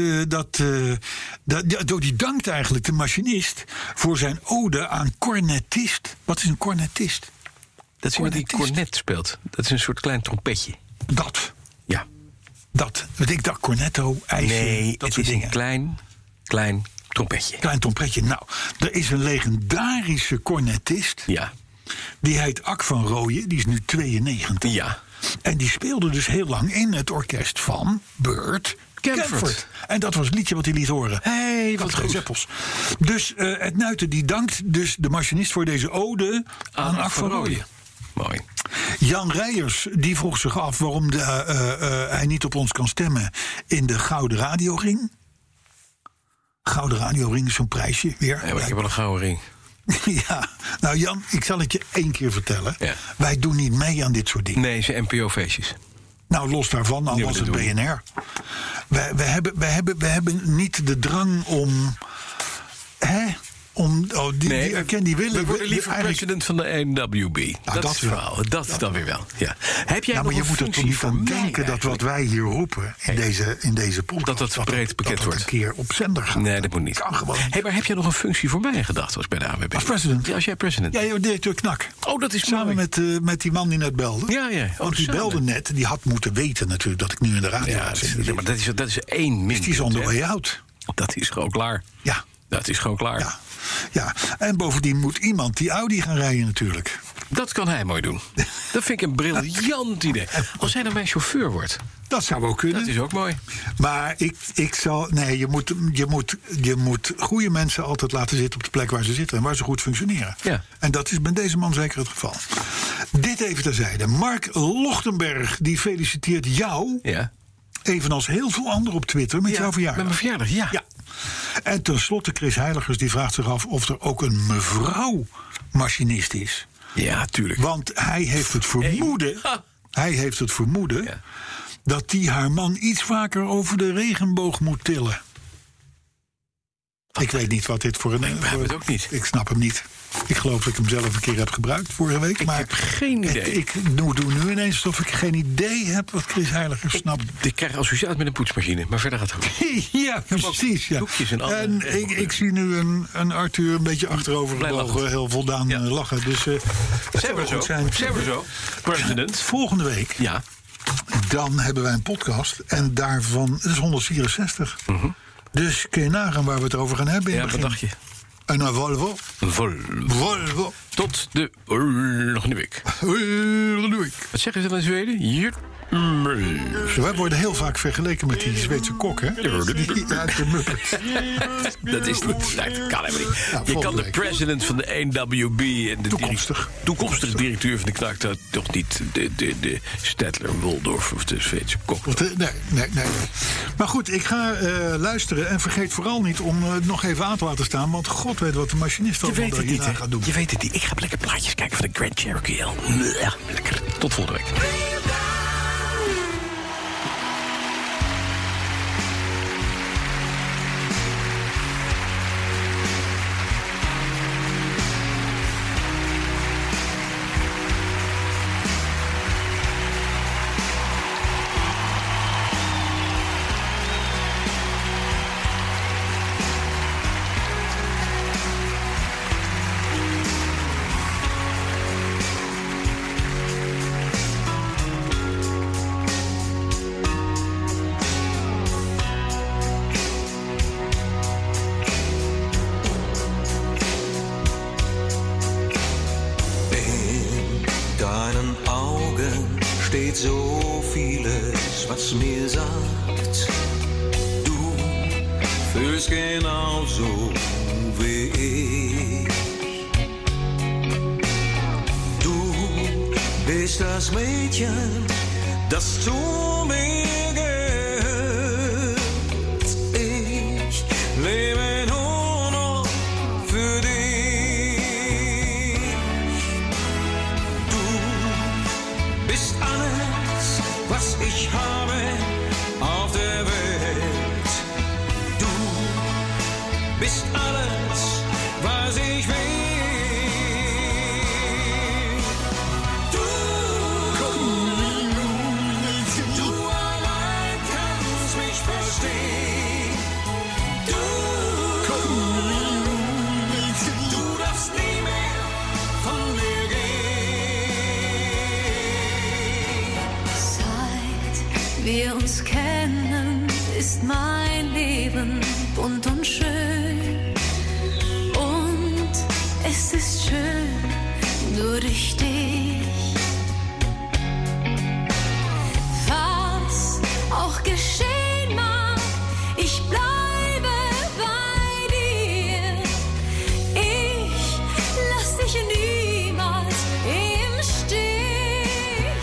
die dankt eigenlijk de machinist voor zijn ode aan cornetist. Wat is een cornetist? Dat is iemand die cornet speelt. Dat is een soort klein trompetje. Dat. Ja. Dat. Ik dacht cornetto, ijsje, nee, dat soort dingen. Nee, het is een klein trompetje. Klein trompetje. Nou, er is een legendarische cornetist. Ja. Die heet Ak van Rooyen, die is nu 92. Ja. En die speelde dus heel lang in het orkest van Burt Camford. En dat was het liedje wat hij liet horen. Hey, wat goed. Zeppels. Dus Ed Nuiten die dankt dus de machinist voor deze ode aan Ak van Rooyen. Mooi. Jan Reijers die vroeg zich af waarom hij niet op ons kan stemmen in de Gouden Radioring. Gouden Radioring is zo'n prijsje weer. Ja, maar ik heb wel een gouden ring. Ja, nou Jan, ik zal het je 1 keer vertellen. Ja. Wij doen niet mee aan dit soort dingen. Nee, ze NPO-feestjes. Nou, los daarvan, al was het BNR. We hebben niet de drang om... Die willen. We worden liever president van de NWB. Nou, dat is het verhaal. Dat is dan weer wel. Ja. Heb jij nog maar je moet er toch niet aan denken dat wat wij hier roepen in deze podcast... Dat breed bekend wordt. een keer op zender gaat. Nee, dat moet niet. Kan gewoon. Maar heb jij nog een functie voor mij gedacht als bij de ANWB? Als president? Ja, als jij president. Ja, directeur Knak. Oh, dat is samen met die man die net belde. Ja. Want die belde net. Die had moeten weten natuurlijk dat ik nu in de radio zit. Ja, maar dat is 1 min. Is die on the way out? Dat is gewoon klaar. Ja. Dat is gewoon klaar. Ja, en bovendien moet iemand die Audi gaan rijden natuurlijk. Dat kan hij mooi doen. Dat vind ik een briljant idee. Als hij dan mijn chauffeur wordt. Dat zou ook kunnen. Dat is ook mooi. Maar ik zal... Nee, je moet goede mensen altijd laten zitten op de plek waar ze zitten... en waar ze goed functioneren. Ja. En dat is bij deze man zeker het geval. Dit even terzijde. Mark Lochtenberg, die feliciteert jou... Ja. Evenals heel veel anderen op Twitter met jouw verjaardag. Met mijn verjaardag, ja. En tenslotte Chris Heiligers die vraagt zich af of er ook een mevrouw machinist is. Ja, tuurlijk. Want hij heeft het vermoeden... Ja. dat die haar man iets vaker over de regenboog moet tillen. Ik weet niet wat dit voor een... Ik begrijp het ook niet. Ik snap hem niet. Ik geloof dat ik hem zelf een keer heb gebruikt vorige week. Ik heb geen idee. Ik doe nu ineens alsof ik geen idee heb wat Chris Heiliger snapt. Ik krijg associatie met een poetsmachine, maar verder gaat het ook niet. Ja, precies. Ja. En ik zie nu een Arthur een beetje achterovergebogen, heel voldaan lachen. Dus zo. President. Volgende week, dan hebben wij een podcast. En daarvan, het is 164. Dus kun je nagaan waar we het over gaan hebben. Ja, wat dacht je? En een Volvo. Volvo. Tot de volgende week. Wat zeggen ze dan in Zweden? Hier. Wij worden heel vaak vergeleken met die Zweedse kok, hè? Uit de Muppets. Dat is niet. Dat kan helemaal niet. Ja, je kan de president van de NWB en de toekomstig directeur van de Knakta toch niet de Stedtler, Waldorf of de Zweedse kok. Nee. Maar goed, ik ga luisteren en vergeet vooral niet om nog even aan te laten staan, want god weet wat de machinist allemaal hierna gaat doen. Je weet het niet. Ik ga lekker plaatjes kijken van de Grand Cherokee L. Ja, lekker. Tot volgende week. So vieles, was mir sagt, du fühlst genauso wie ich. Du bist das Mädchen, das zu mir gehört. Ich lebe nur noch für dich. Du bist alles, was ich habe auf der Welt. Du bist alles, was ich will. Du allein kannst mich verstehen. Du darfst nie mehr von mir gehen. Seit wir uns kennen, ist mein Leben bunt und schön. Und es ist schön, nur durch dich. Was auch geschehen mag, ich bleibe bei dir. Ich lass dich niemals im Stich.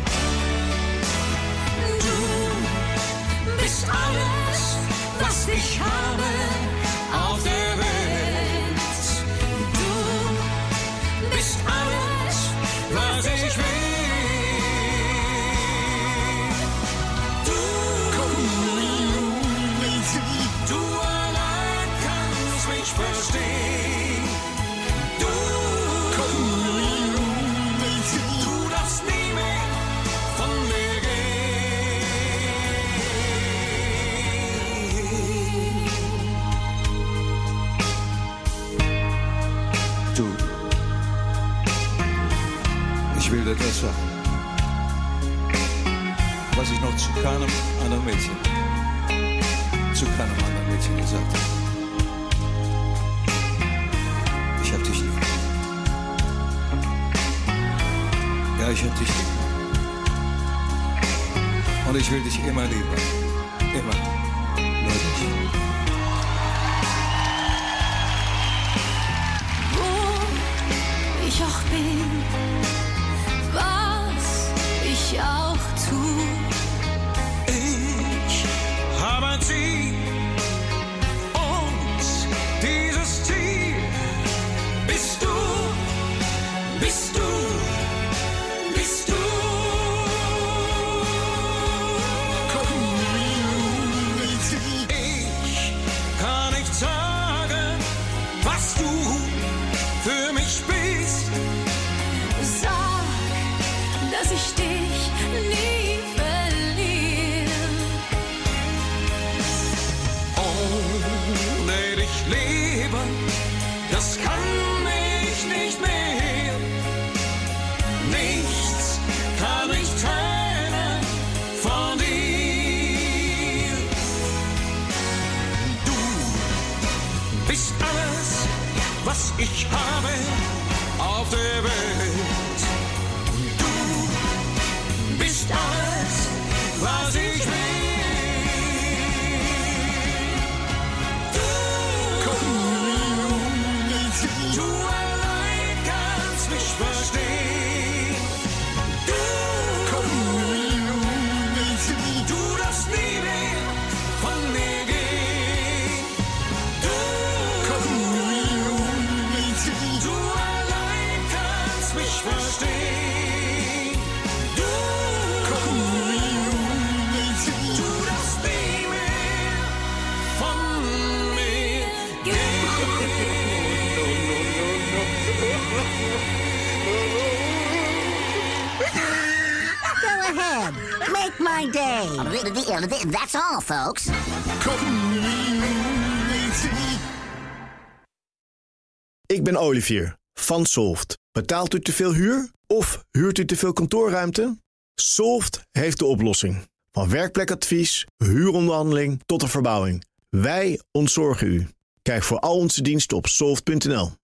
Du bist alles, was ich habe auf der Welt. Du bist alles, was ich will. Du allein kannst mich verstehen. Du darfst nie mehr von mir gehen. Du, ich will dir das sagen, was ich noch zu keinem anderen Mädchen gesagt habe. Ich hab dich lieb. Ja, ich hab dich lieb. Und ich will dich immer lieben. Immer. Nur dich. Wo ich auch bin, was ich auch tu. Ich habe ein Ziel. Und dieses Ziel bist du. ich dich nie verlieren. Ohne dich leben, das kann ich nicht mehr. Nichts kann ich trennen von dir. Du bist alles, was ich habe auf der Welt. Du bist alles, was ich will. Du allein kannst mich verstehen. Du darfst nie mehr von mir gehen. Du allein kannst mich verstehen. Du darfst nie mehr von mir Go ahead. Make my day. That's all, folks. Ik ben Olivier van Solft. Betaalt u te veel huur of huurt u te veel kantoorruimte? Solft heeft de oplossing. Van werkplekadvies, huuronderhandeling tot de verbouwing. Wij ontzorgen u. Kijk voor al onze diensten op solft.nl.